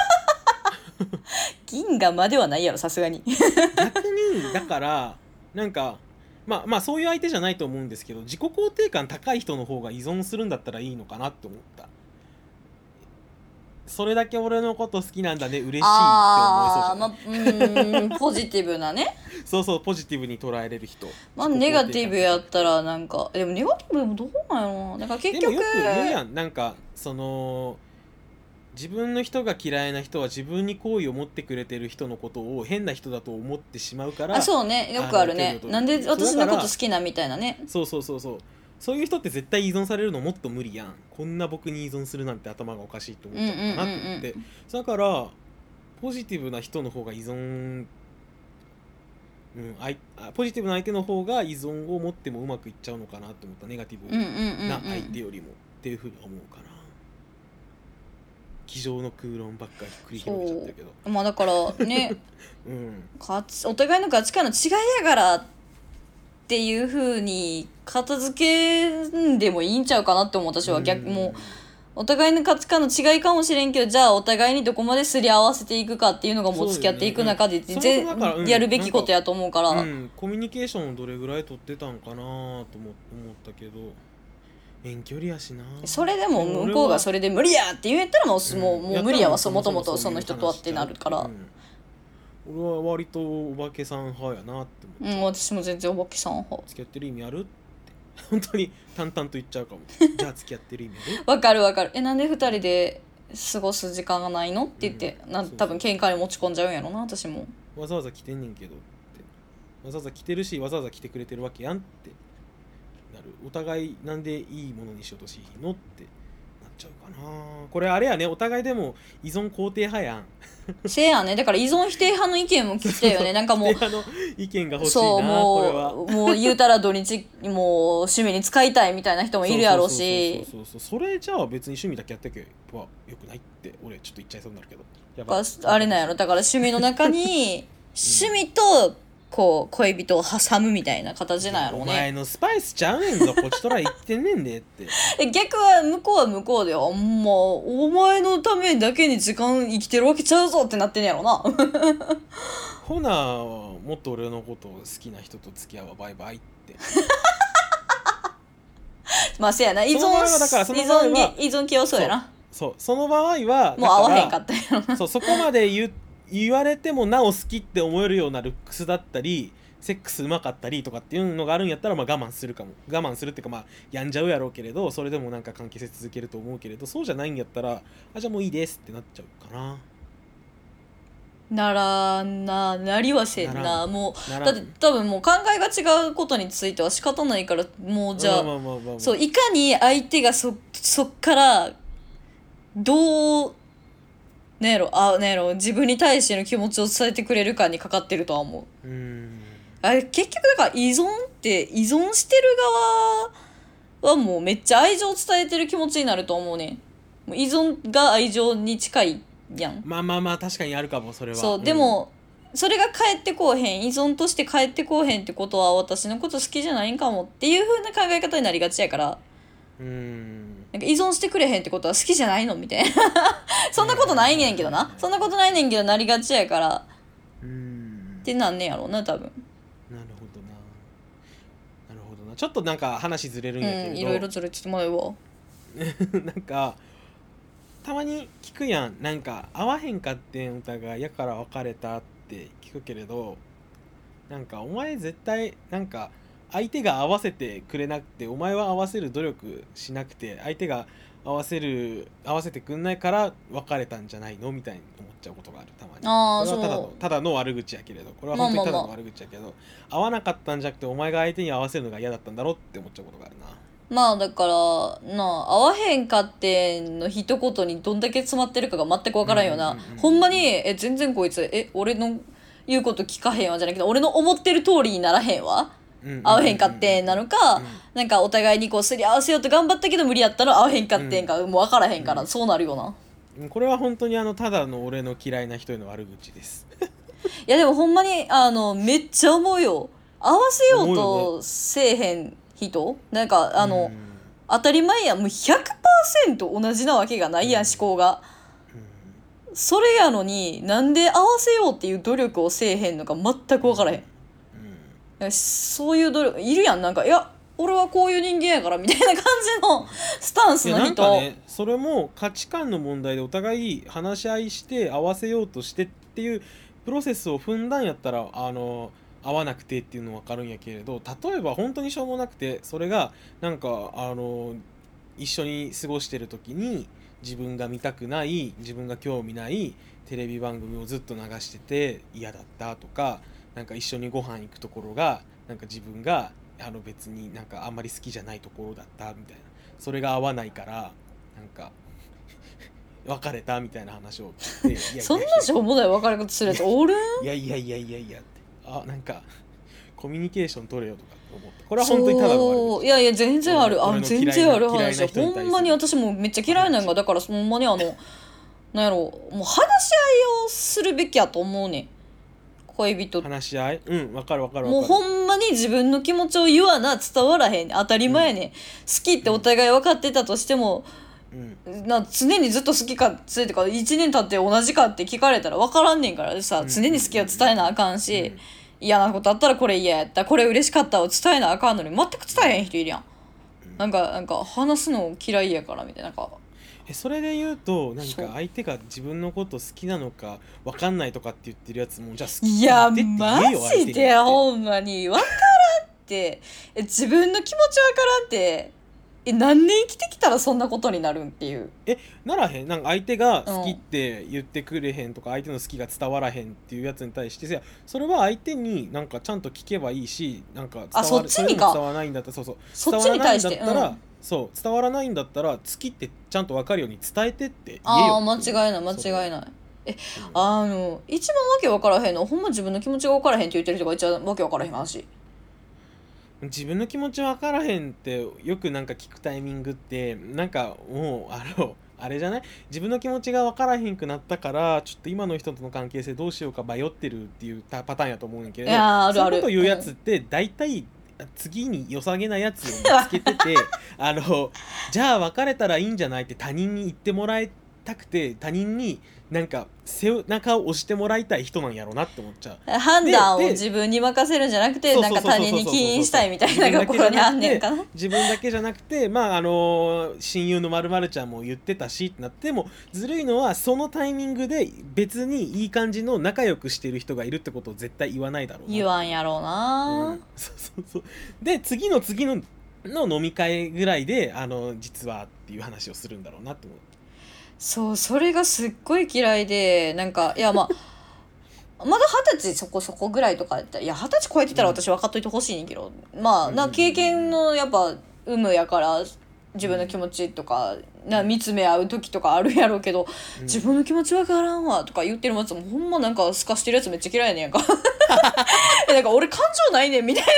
銀河まではないやろさすがに。
逆にだからなんかまあまあそういう相手じゃないと思うんですけど、自己肯定感高い人の方が依存するんだったらいいのかなって思った。それだけ俺のこと好きなんだね、嬉しいって思いそうじ
あー、
ゃない、
まあ、うーんポジティブなね。
そうそう、ポジティブに捉えれる人。
まあ
自己肯定感
ネガティブやったらなんか、でもネガティブでもどうなんやろな。だから結局
でもよく言うやん、なんかその自分の人が嫌いな人は自分に好意を持ってくれてる人のことを変な人だと思ってしまうから、
あそうね、よくあるね。
あの距離を
なんで
取る
私のこと好きなみたいなね。
そうそうそうそう、そういう人って絶対依存されるのもっと無理やん。こんな僕に依存するなんて頭がおかしいと思っちゃうかなと思って、
うんうんうんうん
だからポジティブな人の方が依存、うん、あいあポジティブな相手の方が依存を持ってもうまくいっちゃうのかなと思った。ネガティブ
うんうんうんうん
な相手よりもっていうふうに思うかな。机上の空論ばっかり繰り広げちゃったけど、
まあだからね
うん
価値お互いの価値観の違いやからっていう風に片付けんでもいいんちゃうかなって思う。私は逆
うん
もうお互いの価値観の違いかもしれんけど、じゃあお互いにどこまですり合わせていくかっていうのがもう付き合っていく中で
そうだよね
全
うんそれもだからうん
やるべきことやと思うから、
うん、コミュニケーションをどれぐらい取ってたんかなとも思ったけど、遠距離やしな。
それでも
でも俺は
向こうがそれで無理やって言えたらもう,、
うん
もうもう無理やわ、そもともとその人とはってなるから、
うん俺は割とお化けさん派やなって思って、
うん、私も全然お化けさん派。
付き合ってる意味あるって本当に淡々と言っちゃうかも。じゃあ付き合ってる意味ある
わかるわかる。えなんで二人で過ごす時間がないのって言って、
うんそうそう
な多分喧嘩に持ち込んじゃうんやろな私も。
わざわざ来てんねんけどって、わざわざ来てるしわざわざ来てくれてるわけやんってなる。お互いなんでいいものにしようとしひんのってなっちゃうかな。これあれやね、お互いでも依存肯定派やん。
せやね、だから依存否定派の意見も聞きたいよね。なんかもう
否定派の意見が欲しい
そう
なこれは。
もうもう言うたら土日もう趣味に使いたいみたいな人もいるやろうし、
そうそうそうそう、それじゃあ別に趣味だけやってけばよくないって俺ちょっと言っちゃいそうになるけど、やばい
あれなんやろ。だから趣味の中に趣味とこう恋人を挟むみたいな形なんやろう
お前
ね。
のスパイスちゃうねんぞこっちとら言ってんねんでって
え逆は向こうは向こうで、あんまお前のためだけに時間生きてるわけちゃうぞってなってんねやろな。
ほなもっと俺のことを好きな人と付き合うわバイバイって
まあせやな、依存
その場合はだからその
依
場合は
存依存系はそうやな。
そうその場合は
もう合わへんか
っ
ったんやろな。
そうそこまで言う言われてもなお好きって思えるようなルックスだったりセックスうまかったりとかっていうのがあるんやったらまあ我慢するかも。我慢するっていうかまあやんじゃうやろうけれど、それでもなんか関係性続けると思うけれど、そうじゃないんやったらあじゃあもういいですってなっちゃうかな。
ならんな、なりはせん
なら
なんもう
ならん
だって多分もう考えが違うことについては仕方ないから、もうじゃあ、
まあまあまあまあまあ
そういかに相手がそそっからどうなんやろあなんやろ自分に対しての気持ちを伝えてくれるかにかかってるとは思う。
うーん
あれ結局だから依存って依存してる側はもうめっちゃ愛情を伝えてる気持ちになると思うね。もう依存が愛情に近いやん。
まあまあまあ確かにあるかもそれは。
そう、
ん
でもそれが返ってこうへん、依存として返ってこうへんってことは私のこと好きじゃないんかもっていう風な考え方になりがちやから、
うーん
なんか依存してくれへんってことは好きじゃないのみたいなそんなことないねんけどな、そんなことないねんけどなりがちやから
うーん
ってなんねやろうな多分。
なるほどななるほどな。ちょっとなんか話ずれるんやけれど、
うん、いろいろずれててもらうわ。
なんかたまに聞くやん、なんか会わへんかってんお互いやから別れたって聞くけれど、なんかお前絶対なんか相手が合わせてくれなくて、お前は合わせる努力しなくて相手が合わせる合わせてくんないから別れたんじゃないのみたいに思っちゃうことがある、たまに。
あー
これはただの
そう
ただの悪口やけれど、これは本当にただの
まあまあまあ
悪口やけど、合わなかったんじゃなくてお前が相手に合わせるのが嫌だったんだろって思っちゃうことがあるな。
まあだからなあ、合わへんかってんの一言にどんだけ詰まってるかが全く分からんよな、
うんうんうんうん
ほんまにえ全然こいつえ俺の言うこと聞かへんわじゃなくて、俺の思ってる通りにならへんわ、合わへんかってんなのか、
うん
なんかお互いにこうすり合わせようと頑張ったけど無理やったの合わへんかってんか、もう分からへんから、
うん
そうなるよな。
これは本当にあのただの俺の嫌いな人への悪口です。
いやでもほんまにあのめっちゃ思うよ、合わせようとせえへん人、なんかあの、
うん
当たり前やん、もう ひゃくパーセント 同じなわけがないやん、思考が。それやのになんで合わせようっていう努力をせえへんのか全く分からへん。そういう努力いるやん、なんかいや俺はこういう人間やからみたいな感じのスタンス
いやなん
の人、
かね、それも価値観の問題でお互い話し合いして合わせようとしてっていうプロセスを踏んだんやったらあの合わなくてっていうの分かるんやけれど、例えば本当にしょうもなくてそれがなんかあの一緒に過ごしてる時に自分が見たくない自分が興味ないテレビ番組をずっと流してて嫌だったとか、なんか一緒にご飯行くところがなんか自分があの別になんかあんまり好きじゃないところだったみたいな、それが合わないからなんか別れたみたいな話を聞いていやいやいや
そんなしょうもない別れ方するやつおるん？
いやいやいやいやいやって、あなんかコミュニケーション取れよとか思って、これは本当にただの悪口。
そういやいや全然ある、あ
俺の
全然ある
嫌いな
話、
人に対する
ほんまに私もめっちゃ嫌いなんが、だからほんまにあのなんやろもう話し合いをするべきやと思うねん、恋人
話し合い、うん分かる分かる
もう
分かる。
ほんまに自分の気持ちを言わな伝わらへんねん、当たり前ねん、好きってお互い分かってたとしても、
うん
な常にずっと好きかつってかいちねん経って同じかって聞かれたら分からんねんからさ、
うん
常に好きを伝えなあかんし、
うん
嫌なことあったらこれ嫌やったこれ嬉しかったを伝えなあかんのに全く伝えへん人いるやん、
うん
なんかなんか話すの嫌いやからみたいな、なんか
えそれで言うとなん
そう
か相手が自分のこと好きなのか分かんないとかって言ってるやつもじゃあ好き
いや
って言って
マ
言えよ相手
ジで
にって
ほんまに分からんってえ自分の気持ち分からんってえ何年生きてきたらそんなことになるんっていう。
えならへん、なんか相手が好きって言ってくれへんとか、相手の好きが伝わらへんっていうやつに対していやそれは相手になんかちゃんと聞けばいいし、なんか伝わ
あそっちにか
それでも伝わらないんだったらそうそう
そっちに対して
伝わらないんだったら、
うん
そう伝わらないんだったら好きってちゃんと分かるように伝えてって言えよ
ああ間
って
違いない間違いない。えあの一番わけ分からへんのほんま自分の気持ちが分からへんって言ってる人が一番わけ分からへん話。
自分の気持ち分からへんってよくなんか聞くタイミングってなんかもうあのあれじゃない、自分の気持ちが分からへんくなったからちょっと今の人との関係性どうしようか迷ってるっていうパターンやと思うんやけど、
いやーあるある
そういうこと言うやつって大体次に良さげなやつを見つけててあのじゃあ別れたらいいんじゃないって他人に言ってもらいたくて、他人になんか背中を押してもらいたい人なんやろうなって思っちゃう。
判断を
でで
自分に任せるんじゃなくて
そう
な
そうそうそう
んか他人に起因したいみたいなところにあんねんかな。
自分だけじゃなくてまああの親友の〇〇ちゃんも言ってたしってなっても、ずるいのはそのタイミングで別にいい感じの仲良くしてる人がいるってことを絶対言わないだろうな。
言わんやろうな、
うんそうそうそう。で次の次のの飲み会ぐらいであの実はっていう話をするんだろうなって思う。
そうそれがすっごい嫌いで、なんかいやまあまだ二十歳そこそこぐらいとかやったら、いや二十歳超えてたら私分かっといてほしいねんけど、まあな経験のやっぱ有無やから自分の気持ちとかな見つめ合う時とかあるやろうけど、
うん
自分の気持ち分からんわとか言ってるやつもほんまなんかすかしてるやつめっちゃ嫌いやねんやんかえなんか俺感情ないねんみたい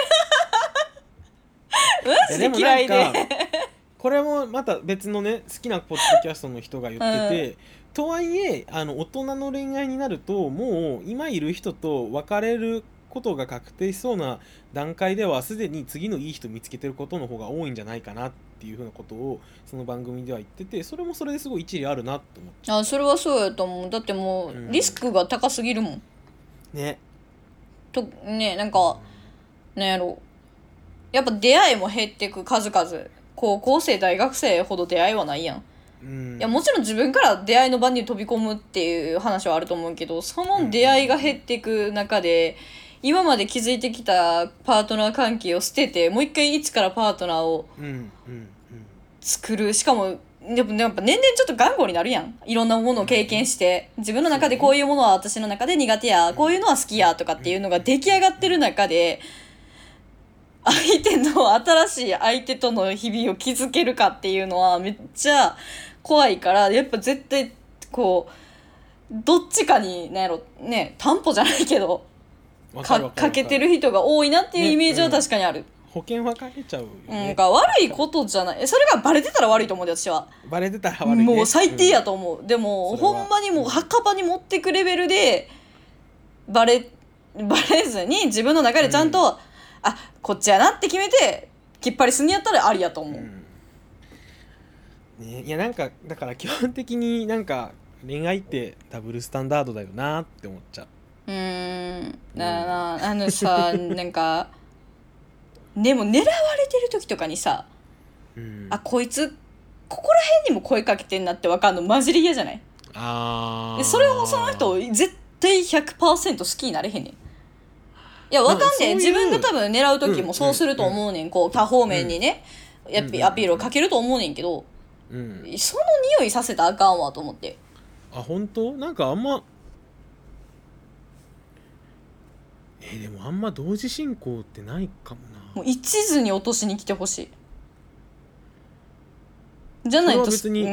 なマジで嫌いで。
やもなんかこれもまた別のね好きなポッドキャストの人が言ってて、とはいえあの大人の恋愛になるともう今いる人と別れることが確定しそうな段階ではすでに次のいい人見つけてることの方が多いんじゃないかなっていうふうなことをその番組では言ってて、それもそれですごい一理あるなって思っちゃ
あそれはそうやと思う。だっても
うん
うリスクが高すぎるもん
うね。
とね。なんかなんやろやっぱ出会いも減ってく数々 高校生大学生ほど出会いはないやん。
うん、
いやもちろん自分から出会いの場に飛び込むっていう話はあると思うけど、その出会いが減っていく中で、今まで築いてきたパートナー関係を捨ててもう一回一からパートナーを作る、しかもやっぱ、やっぱ年々ちょっと頑固になるやん。いろんなものを経験して自分の中でこういうものは私の中で苦手や、こういうのは好きやとかっていうのが出来上がってる中で、相手の新しい相手との日々を築けるかっていうのはめっちゃ怖いから、やっぱ絶対こうどっちかになんやろね、担保じゃないけどか, かけてる人が多いなっていうイメージは確かにある、ね、うん、
保険はかけちゃうよね、
うん、か悪いことじゃない。それがバレてたら悪いと思うで、私は
バレてたら悪い、ね、
もう最低やと思う、うん、でもほんまにもう墓場に持ってくレベルでバレバレずに自分の中でちゃんと、うん、あこっちやなって決めてきっぱりすんやったらありやと思う、
うんね、いやなんかだから基本的になんか恋愛ってダブルスタンダードだよなって思っちゃう。
うーんななあのさなんかでも狙われてる時とかにさ、うん、あこいつここら辺にも声かけてんなって分かんのマジで嫌じゃない？
あ
でそれをその人絶対 ひゃくパーセント 好きになれへんねん。いや分かんねん、自分が多分狙う時もそうすると思うねん、うん、こう多方面にね、うん、やっぱアピールをかけると思うねんけど、うん、その匂いさせたらあかんわと思って。
あ本当？なんかあんまえー、でもあんま同時進行ってないかもな。
もう一途に落としに来てほしいじゃないと。
別に、うん、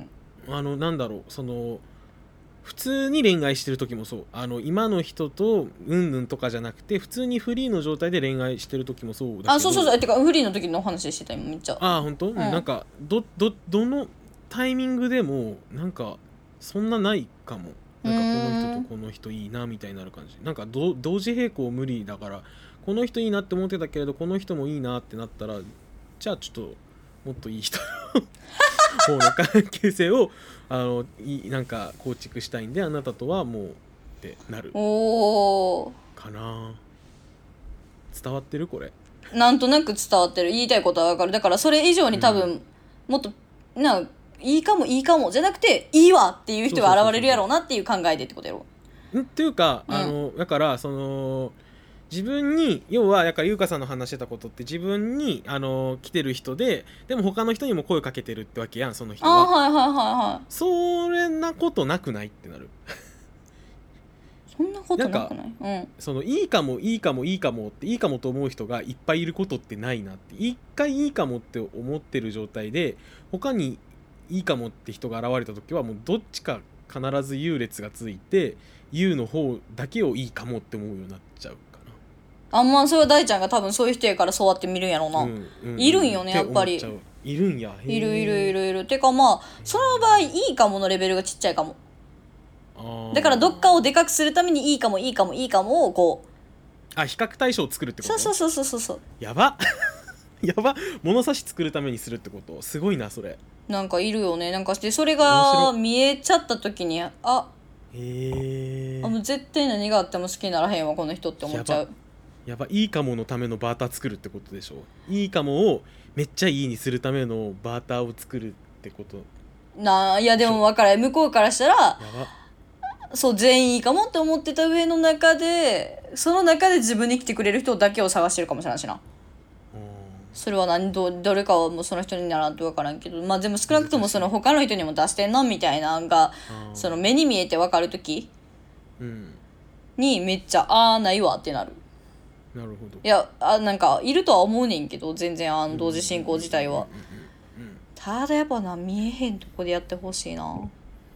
あのなんだろう、その普通に恋愛してる時もそう、あの今の人とうんぬんとかじゃなくて普通にフリーの状態で恋愛してる時もそうだけど。
あそうそうそう、てかフリーの時のお話してた今めっちゃ。
あ本当、うん、なんかどどどのタイミングでもなんかそんなないかも。なんかこの人とこの人いいなみたいになる感じ。なんかど同時並行無理だから、この人いいなって思ってたけれどこの人もいいなってなったら、じゃあちょっともっといい人の方の関係性をあのいなんか構築したいんで、あなたとはもうってなる
お
かな。伝わってるこれ？
なんとなく伝わってる。言いたいことは分かる。だからそれ以上に多分、うん、もっとないいかもいいかもじゃなくていいわっていう人が現れるやろうなっていう考えでってことやろ。
んっていうか、うん、あのだからその自分に要はだから優香さんの話してたことって自分にあの来てる人で、でも他の人にも声かけてるってわけやんその人は。
あはいはいはいはい。
それなことなくないってなる。
そんなことなくない？
なんか、うん、そのいいかもいいかもいいかもっていいかもと思う人がいっぱいいることってないなって。一回いいかもって思ってる状態で他にいいかもって人が現れた時はもうどっちか必ず優劣がついて優の方だけをいいかもって思うようになっちゃうかな。
あんまそれは大ちゃんが多分そういう人やからそうやって見るんやろうな、うんうん、いるんよねやっぱり。
いるんや。
いるいるいるいる。てかまあその場合いいかものレベルがちっちゃいかも。あだからどっかをでかくするためにいいかもいいかもいいかもをこう
あ比較対象を作るってこと？
そうそうそうそうそう。や
ばやば物差し作るためにするってこと？すごいなそれ。
なんかいるよね。なんかしてそれが見えちゃった時にあへあもう絶対何があっても好きにならへんわこの人って思っちゃう。
やばいいかものためのバーター作るってことでしょ。いいかもをめっちゃいいにするためのバーターを作るってこと
なあ。いやでも分からん、向こうからしたらやばそう全員いいかもって思ってた上の中でその中で自分に来てくれる人だけを探してるかもしれないしな。それは何 ど, どれかはもうその人にならんと分からんけど、まあでも少なくともその他の人にも出してんなみたいなのがその目に見えて分かる時にめっちゃあーないわってなる。
なるほど。
いやあなんかいるとは思うねんけど全然あの同時進行自体は。ただやっぱな見えへんとこでやってほしいな。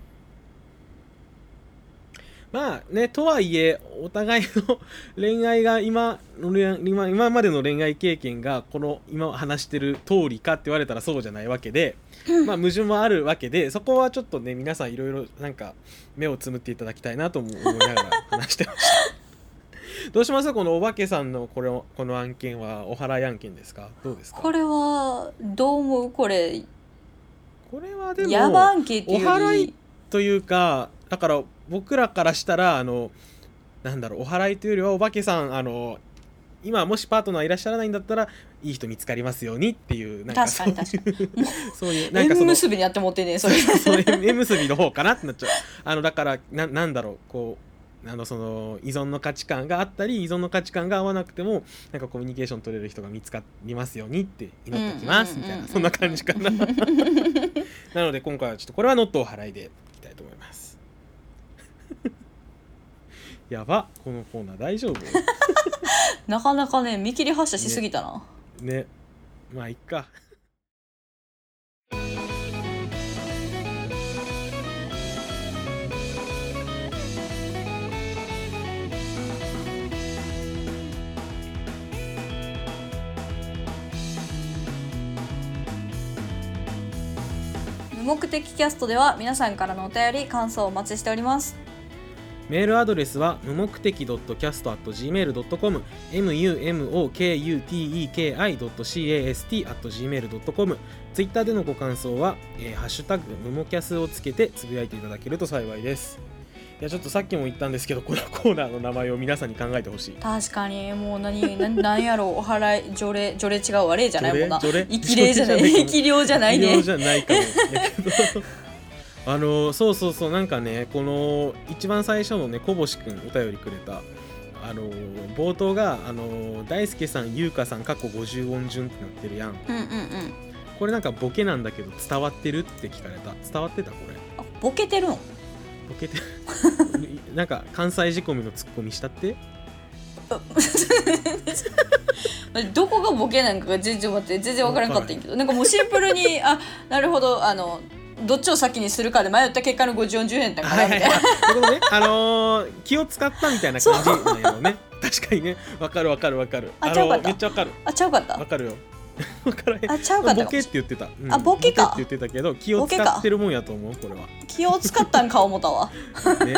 まあね、とはいえお互いの恋愛が 今, 今, 今までの恋愛経験がこの今話してる通りかって言われたらそうじゃないわけで、まあ矛盾もあるわけで、そこはちょっとね皆さんいろいろなんか目をつむっていただきたいなと思いながら話してましたどうしますかこのお化けさんのこれこの案件はお祓い案件ですか？どうですか
これは？どう思う？これ
これはでも
ヤバ案件っていうより
お祓いというかだから僕らからしたらあのなんだろうお祓いというよりはお化けさんあの今もしパートナーいらっしゃらないんだったらいい人見つかりますようにっていうなんか
確かに確かに
そういうなんかそ
縁
の
結びにやってもってねそれ
それ縁結びの方かなってなっちゃう。あのだからななんだろうこうあのその依存の価値観があったり依存の価値観が合わなくてもなんかコミュニケーション取れる人が見つかりますようにって祈っておきますみたいなそんな感じかななので今回はちょっとこれはノットを払いでいきたいと思いますやばこのコーナー大丈夫
なかなかね見切り発車しすぎたな、
ね, ねまあいっか
無目的キャストでは皆さんからのお便り感想をお待ちしております。
メールアドレスは無目的 .キャスト アット ジーメール ドットコム エムユーエムオーケーユーティーイーケーアイ ドット キャスト アット ジーメール ドットコム ツイッターでのご感想は、えー、ハッシュタグムモキャスをつけてつぶやいていただけると幸いです。いやちょっとさっきも言ったんですけどこのコーナーの名前を皆さんに考えてほしい。
確かにもう何ななんやろうお祓い除霊除霊違うわ霊じゃないもんな
除霊
生き霊じゃない生き霊じゃないね
生き霊じゃないかもだけどあのそうそうそうなんかねこの一番最初のねこぼしくんお便りくれたあの冒頭があの大輔さん優香さん過去ごじゅう音順ってなってるやん。
うんうんうん
これなんかボケなんだけど伝わってるって聞かれた。伝わってたこれ
あボケてるの
ボケてなんか関西仕込みのツッコミしたって
どこがボケなんかが全然待って全然分からなかったんやけどなんかもうシンプルにあなるほどあのどっちを先にするかで迷った結果のごじゅうよんじゅうえんだからみたいな、はい
はいはい、ねあのー、気を使ったみたいな感じなんやろうね確かにね分かる分かる分かる
あちゃうかった
めっちゃ分かる
あちゃうかった
分かるよ分からへん
あちゃうかった
ボケって言ってた、うん、
あボケか
ボケって言ってたけど気を使ってるもんやと思うこれは
気を使ったんか思ったわ、
ね、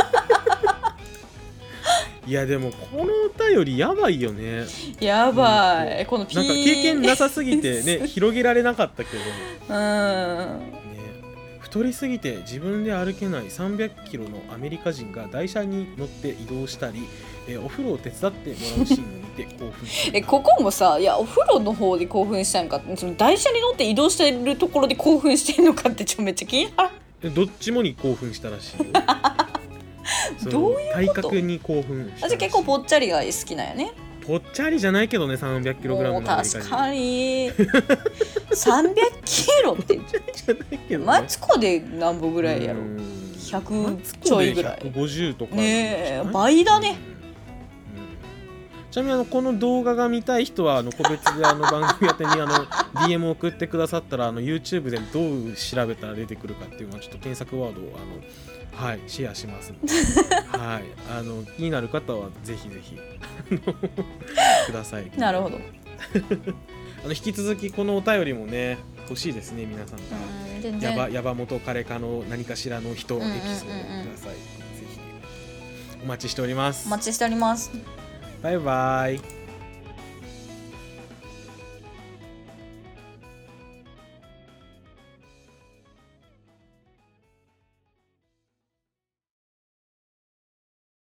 いやでもこのお便りやばいよね
やばい、うん、このピー
なんか経験なさすぎてね広げられなかったけど
うん
太りすぎて自分で歩けないさんびゃくキロのアメリカ人が台車に乗って移動したり、えー、お風呂を手伝ってもらうシーンを見て興奮
えここもさいやお風呂の方で興奮したんかその台車に乗って移動してるところで興奮してんのかってちょめっちゃ気にな
るどっちもに興奮したらしいよ
どういうこと
体格に興奮したらしい。
私結構ぽっちゃりが好きなんやね。
ぽっちゃりじゃないけどね さんびゃくキログラム のアメリカ人
確かにさんびゃくキロってマツコで何歩ぐらいやろひゃくちょいぐらい
ひゃくごじゅうとか
ねえ倍だね、うんうん、
ちなみにあのこの動画が見たい人はあの個別であの番組宛てにあの ディーエム 送ってくださったらあの YouTube でどう調べたら出てくるかっていうのはちょっと検索ワードをあのはいシェアしますのではいあの気になる方はぜひぜひください。
なるほど
あの引き続きこのお便りもね欲しいですね皆さんがやばやば元彼かの何かしらの人エピソードください、うんうんうんうん、ぜひお待ちしております。
お待ちしております。
バイバイ。